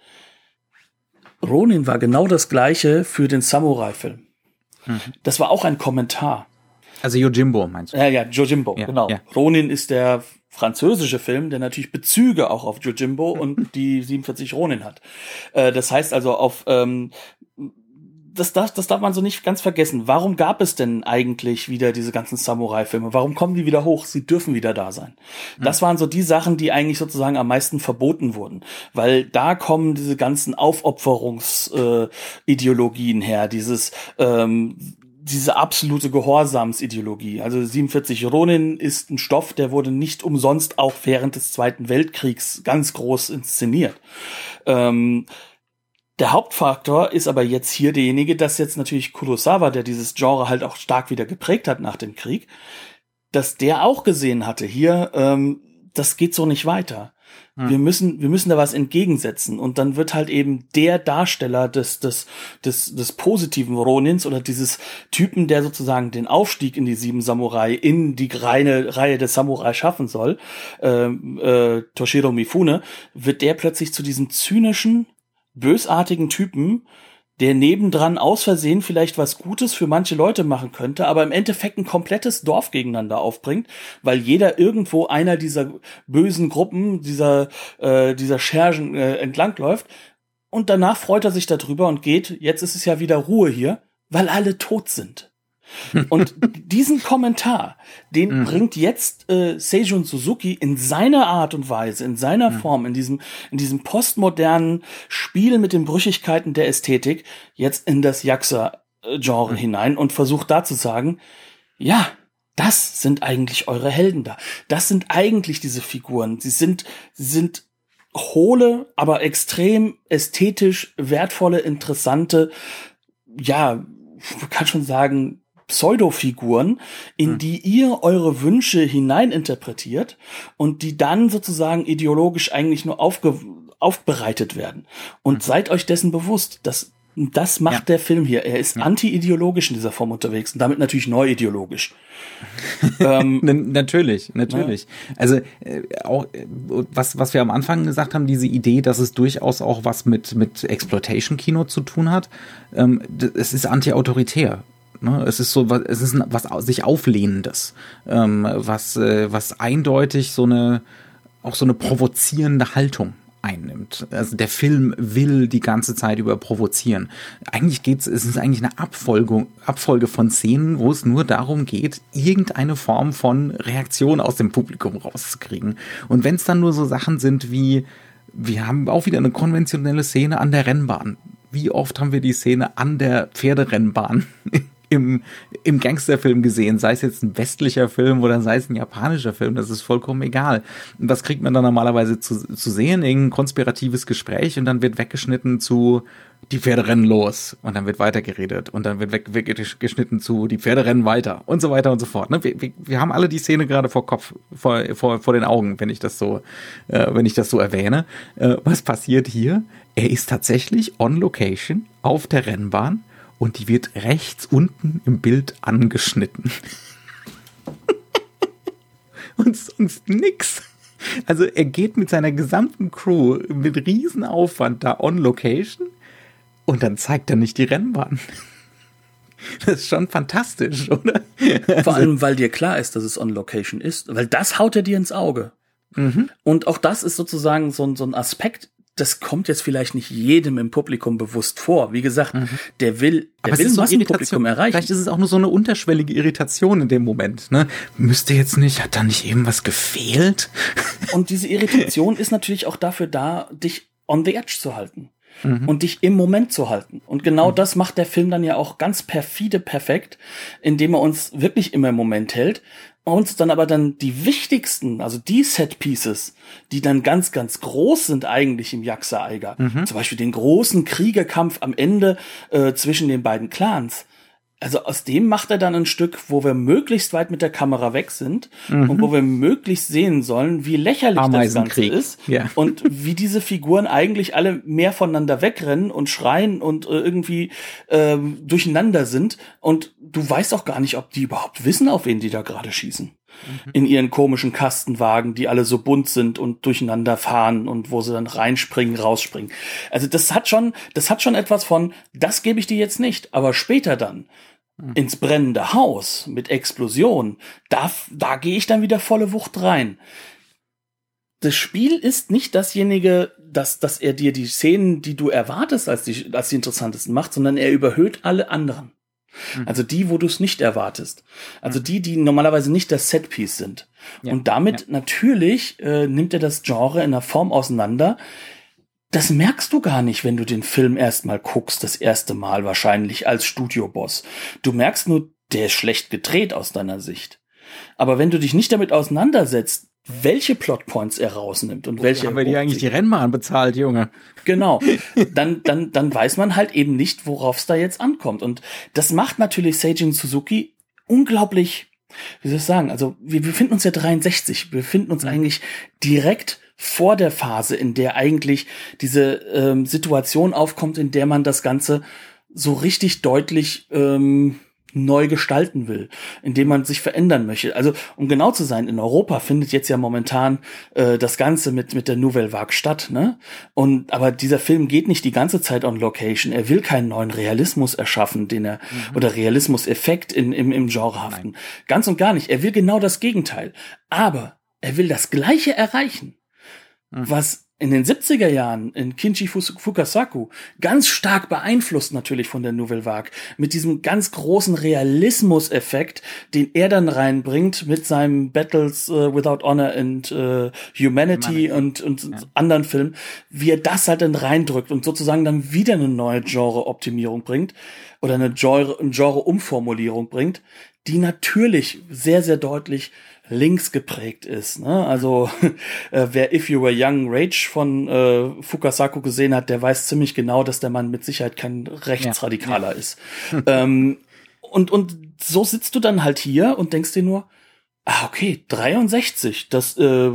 Ronin war genau das Gleiche für den Samurai-Film. Mhm. Das war auch ein Kommentar. Also Yojimbo meinst du? Ja, ja, Yojimbo, ja, genau. Ja. Ronin ist der französische Film, der natürlich Bezüge auch auf Yojimbo und die siebenundvierzig Ronin hat. Äh, das heißt also auf, ähm, das darf, das darf man so nicht ganz vergessen. Warum gab es denn eigentlich wieder diese ganzen Samurai-Filme? Warum kommen die wieder hoch? Sie dürfen wieder da sein. Mhm. Das waren so die Sachen, die eigentlich sozusagen am meisten verboten wurden. Weil da kommen diese ganzen Aufopferungsideologien äh, her, dieses, ähm, diese absolute Gehorsamsideologie. Also siebenundvierzig Ronin ist ein Stoff, der wurde nicht umsonst auch während des Zweiten Weltkriegs ganz groß inszeniert. Ähm, Der Hauptfaktor ist aber jetzt hier derjenige, dass jetzt natürlich Kurosawa, der dieses Genre halt auch stark wieder geprägt hat nach dem Krieg, dass der auch gesehen hatte, hier, ähm, das geht so nicht weiter. Hm. Wir müssen, wir müssen da was entgegensetzen. Und dann wird halt eben der Darsteller des, des, des, des positiven Ronins oder dieses Typen, der sozusagen den Aufstieg in die Sieben Samurai, in die reine Reihe des Samurai schaffen soll, äh, äh, Toshiro Mifune, wird der plötzlich zu diesem zynischen, bösartigen Typen, der nebendran aus Versehen vielleicht was Gutes für manche Leute machen könnte, aber im Endeffekt ein komplettes Dorf gegeneinander aufbringt, weil jeder irgendwo einer dieser bösen Gruppen, dieser äh, dieser Schergen äh, entlangläuft und danach freut er sich darüber und geht, jetzt ist es ja wieder Ruhe hier, weil alle tot sind. Und diesen Kommentar, den mhm. bringt jetzt äh, Seijun Suzuki in seiner Art und Weise, in seiner mhm. Form, in diesem in diesem postmodernen Spiel mit den Brüchigkeiten der Ästhetik jetzt in das Yakuza-Genre mhm. hinein und versucht da zu sagen, ja, das sind eigentlich eure Helden da. Das sind eigentlich diese Figuren. Sie sind sie sind hohle, aber extrem ästhetisch wertvolle, interessante, ja, man kann schon sagen, Pseudofiguren, in hm. die ihr eure Wünsche hineininterpretiert und die dann sozusagen ideologisch eigentlich nur aufge- aufbereitet werden. Und hm. seid euch dessen bewusst, dass das macht ja. der Film hier. Er ist ja. anti-ideologisch in dieser Form unterwegs und damit natürlich neu ideologisch. ähm, natürlich, natürlich. Ja. Also äh, auch äh, was was wir am Anfang gesagt haben, diese Idee, dass es durchaus auch was mit mit Exploitation-Kino zu tun hat. Ähm, es ist anti-autoritär. Ne, es ist so, es ist was sich Auflehnendes, ähm, was, äh, was eindeutig so eine, auch so eine provozierende Haltung einnimmt. Also der Film will die ganze Zeit über provozieren. Eigentlich geht's, es ist eigentlich eine Abfolgung, Abfolge von Szenen, wo es nur darum geht, irgendeine Form von Reaktion aus dem Publikum rauszukriegen. Und wenn es dann nur so Sachen sind wie wir haben auch wieder eine konventionelle Szene an der Rennbahn. Wie oft haben wir die Szene an der Pferderennbahn im, im Gangsterfilm gesehen? Sei es jetzt ein westlicher Film oder sei es ein japanischer Film, das ist vollkommen egal. Und was kriegt man dann normalerweise zu, zu sehen? Irgendein konspiratives Gespräch und dann wird weggeschnitten zu die Pferde rennen los und dann wird weitergeredet und dann wird weg, weggeschnitten zu die Pferde rennen weiter und so weiter und so fort. Ne? Wir, wir, wir haben alle die Szene gerade vor Kopf, vor, vor, vor den Augen, wenn ich das so, äh, wenn ich das so erwähne. Äh, was passiert hier? Er ist tatsächlich on location auf der Rennbahn und die wird rechts unten im Bild angeschnitten. Und sonst nix. Also er geht mit seiner gesamten Crew mit Riesenaufwand da on location und dann zeigt er nicht die Rennbahn. Das ist schon fantastisch, oder? Vor allem, weil dir klar ist, dass es on location ist, weil das haut er dir ins Auge. Mhm. Und auch das ist sozusagen so, so ein Aspekt, das kommt jetzt vielleicht nicht jedem im Publikum bewusst vor. Wie gesagt, mhm. der will, der Aber will es ist so Massenpublikum erreichen. Vielleicht ist es auch nur so eine unterschwellige Irritation in dem Moment. Ne? Müsste jetzt nicht, hat da nicht irgendwas gefehlt? Und diese Irritation ist natürlich auch dafür da, dich on the edge zu halten. Mhm. Und dich im Moment zu halten. Und genau mhm. das macht der Film dann ja auch ganz perfide perfekt, indem er uns wirklich immer im Moment hält. Uns dann aber dann die wichtigsten, also die Set-Pieces, die dann ganz, ganz groß sind eigentlich im Jaxa-Eiger. Mhm. Zum Beispiel den großen Kriegerkampf am Ende äh, zwischen den beiden Clans. Also aus dem macht er dann ein Stück, wo wir möglichst weit mit der Kamera weg sind mhm. und wo wir möglichst sehen sollen, wie lächerlich das Ganze ist ja. und wie diese Figuren eigentlich alle mehr voneinander wegrennen und schreien und äh, irgendwie äh, durcheinander sind. Und du weißt auch gar nicht, ob die überhaupt wissen, auf wen die da gerade schießen. Mhm. In ihren komischen Kastenwagen, die alle so bunt sind und durcheinander fahren und wo sie dann reinspringen, rausspringen. Also das hat schon, das hat schon etwas von, das gebe ich dir jetzt nicht, aber später dann ins brennende Haus mit Explosion, da, da gehe ich dann wieder volle Wucht rein. Das Spiel ist nicht dasjenige, dass, dass er dir die Szenen, die du erwartest, als die, als die interessantesten macht, sondern er überhöht alle anderen. Mhm. Also die, wo du es nicht erwartest. Also die, die normalerweise nicht das Setpiece sind. Ja, und damit ja. natürlich äh, nimmt er das Genre in einer Form auseinander. Das merkst du gar nicht, wenn du den Film erstmal guckst, das erste Mal wahrscheinlich als Studioboss. Du merkst nur, der ist schlecht gedreht aus deiner Sicht. Aber wenn du dich nicht damit auseinandersetzt, welche Plotpoints er rausnimmt und Wo welche haben wir die eigentlich die Rennbahn bezahlt, Junge? Genau. Dann, dann, dann weiß man halt eben nicht, worauf es da jetzt ankommt. Und das macht natürlich Seijin Suzuki unglaublich, wie soll ich sagen, also wir befinden uns ja dreiundsechzig, wir befinden uns eigentlich direkt vor der Phase, in der eigentlich diese ähm, Situation aufkommt, in der man das Ganze so richtig deutlich ähm, neu gestalten will, indem man sich verändern möchte. Also, um genau zu sein, in Europa findet jetzt ja momentan äh, das Ganze mit mit der Nouvelle Vague statt, ne? Und aber dieser Film geht nicht die ganze Zeit on Location. Er will keinen neuen Realismus erschaffen, den er mhm. oder Realismus-Effekt in im im Genre haften. Nein. Ganz und gar nicht. Er will genau das Gegenteil. Aber er will das Gleiche erreichen, mhm. was in den siebziger Jahren in Kinji Fukasaku ganz stark beeinflusst natürlich von der Nouvelle Vague, mit diesem ganz großen Realismus-Effekt, den er dann reinbringt mit seinem Battles uh, Without Honor and uh, Humanity, Humanity und, und ja. anderen Filmen, wie er das halt dann reindrückt und sozusagen dann wieder eine neue Genre-Optimierung bringt oder eine Genre, eine Genre-Umformulierung bringt, die natürlich sehr, sehr deutlich links geprägt ist, ne? Also äh, wer If You Were Young Rage von äh, Fukasaku gesehen hat, der weiß ziemlich genau, dass der Mann mit Sicherheit kein Rechtsradikaler ja, ja. ist. ähm, und und so sitzt du dann halt hier und denkst dir nur, ah okay, dreiundsechzig, das äh,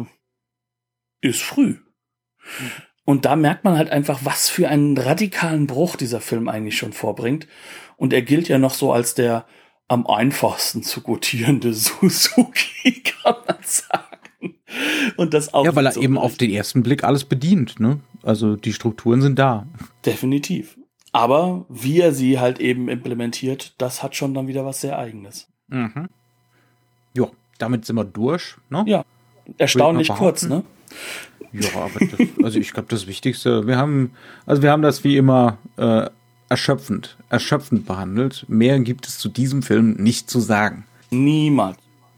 ist früh. Mhm. Und da merkt man halt einfach, was für einen radikalen Bruch dieser Film eigentlich schon vorbringt. Und er gilt ja noch so als der am einfachsten zu gotierende Suzuki, kann man sagen. Und das auch. Ja, weil er so eben auf den ersten Blick alles bedient, ne? Also die Strukturen sind da. Definitiv. Aber wie er sie halt eben implementiert, das hat schon dann wieder was sehr Eigenes. Mhm. Jo, damit sind wir durch, ne? Ja, erstaunlich kurz, ne? Ja, aber das, also ich glaube, das Wichtigste, wir haben, also wir haben das wie immer äh, erschöpfend, erschöpfend behandelt. Mehr gibt es zu diesem Film nicht zu sagen. Niemals.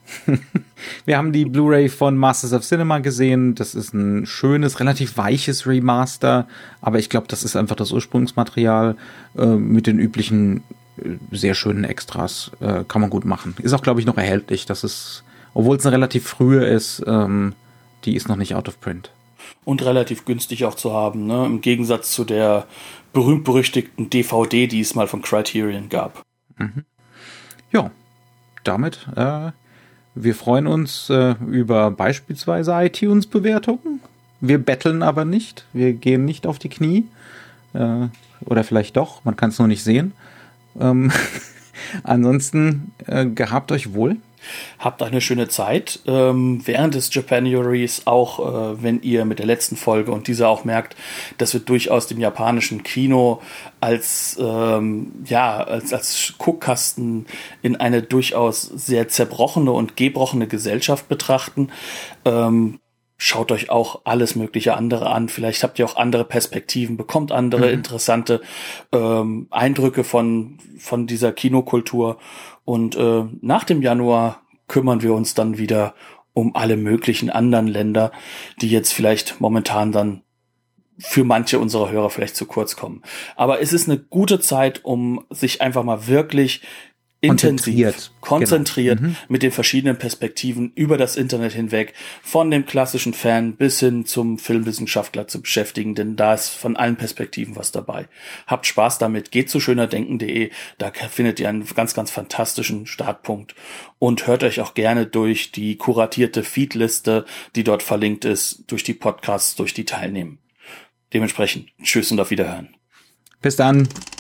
Wir haben die Blu-ray von Masters of Cinema gesehen. Das ist ein schönes, relativ weiches Remaster, aber ich glaube, das ist einfach das Ursprungsmaterial äh, mit den üblichen äh, sehr schönen Extras. Äh, kann man gut machen. Ist auch, glaube ich, noch erhältlich. Das ist, obwohl es eine relativ frühe ist, ähm, die ist noch nicht out of print. Und relativ günstig auch zu haben, ne? Im Gegensatz zu der berühmt-berüchtigten D V D, die es mal von Criterion gab. Mhm. Ja, damit äh, wir freuen uns äh, über beispielsweise iTunes-Bewertungen. Wir betteln aber nicht. Wir gehen nicht auf die Knie. Äh, oder vielleicht doch. Man kann es nur nicht sehen. Ähm, ansonsten äh, gehabt euch wohl. Habt eine schöne Zeit. Ähm, während des Japanuaries, auch äh, wenn ihr mit der letzten Folge und dieser auch merkt, dass wir durchaus dem japanischen Kino als, ähm, ja, als, als Guckkasten in eine durchaus sehr zerbrochene und gebrochene Gesellschaft betrachten. Ähm, Schaut euch auch alles mögliche andere an. Vielleicht habt ihr auch andere Perspektiven, bekommt andere mhm. interessante ähm, Eindrücke von, von dieser Kinokultur. Und äh, nach dem Januar kümmern wir uns dann wieder um alle möglichen anderen Länder, die jetzt vielleicht momentan dann für manche unserer Hörer vielleicht zu kurz kommen. Aber es ist eine gute Zeit, um sich einfach mal wirklich intensiv, konzentriert, konzentriert genau. mhm. mit den verschiedenen Perspektiven über das Internet hinweg, von dem klassischen Fan bis hin zum Filmwissenschaftler zu beschäftigen, denn da ist von allen Perspektiven was dabei. Habt Spaß damit, geht zu schönerdenken punkt de, da findet ihr einen ganz, ganz fantastischen Startpunkt und hört euch auch gerne durch die kuratierte Feedliste, die dort verlinkt ist, durch die Podcasts, durch die teilnehmen. Dementsprechend, tschüss und auf Wiederhören. Bis dann.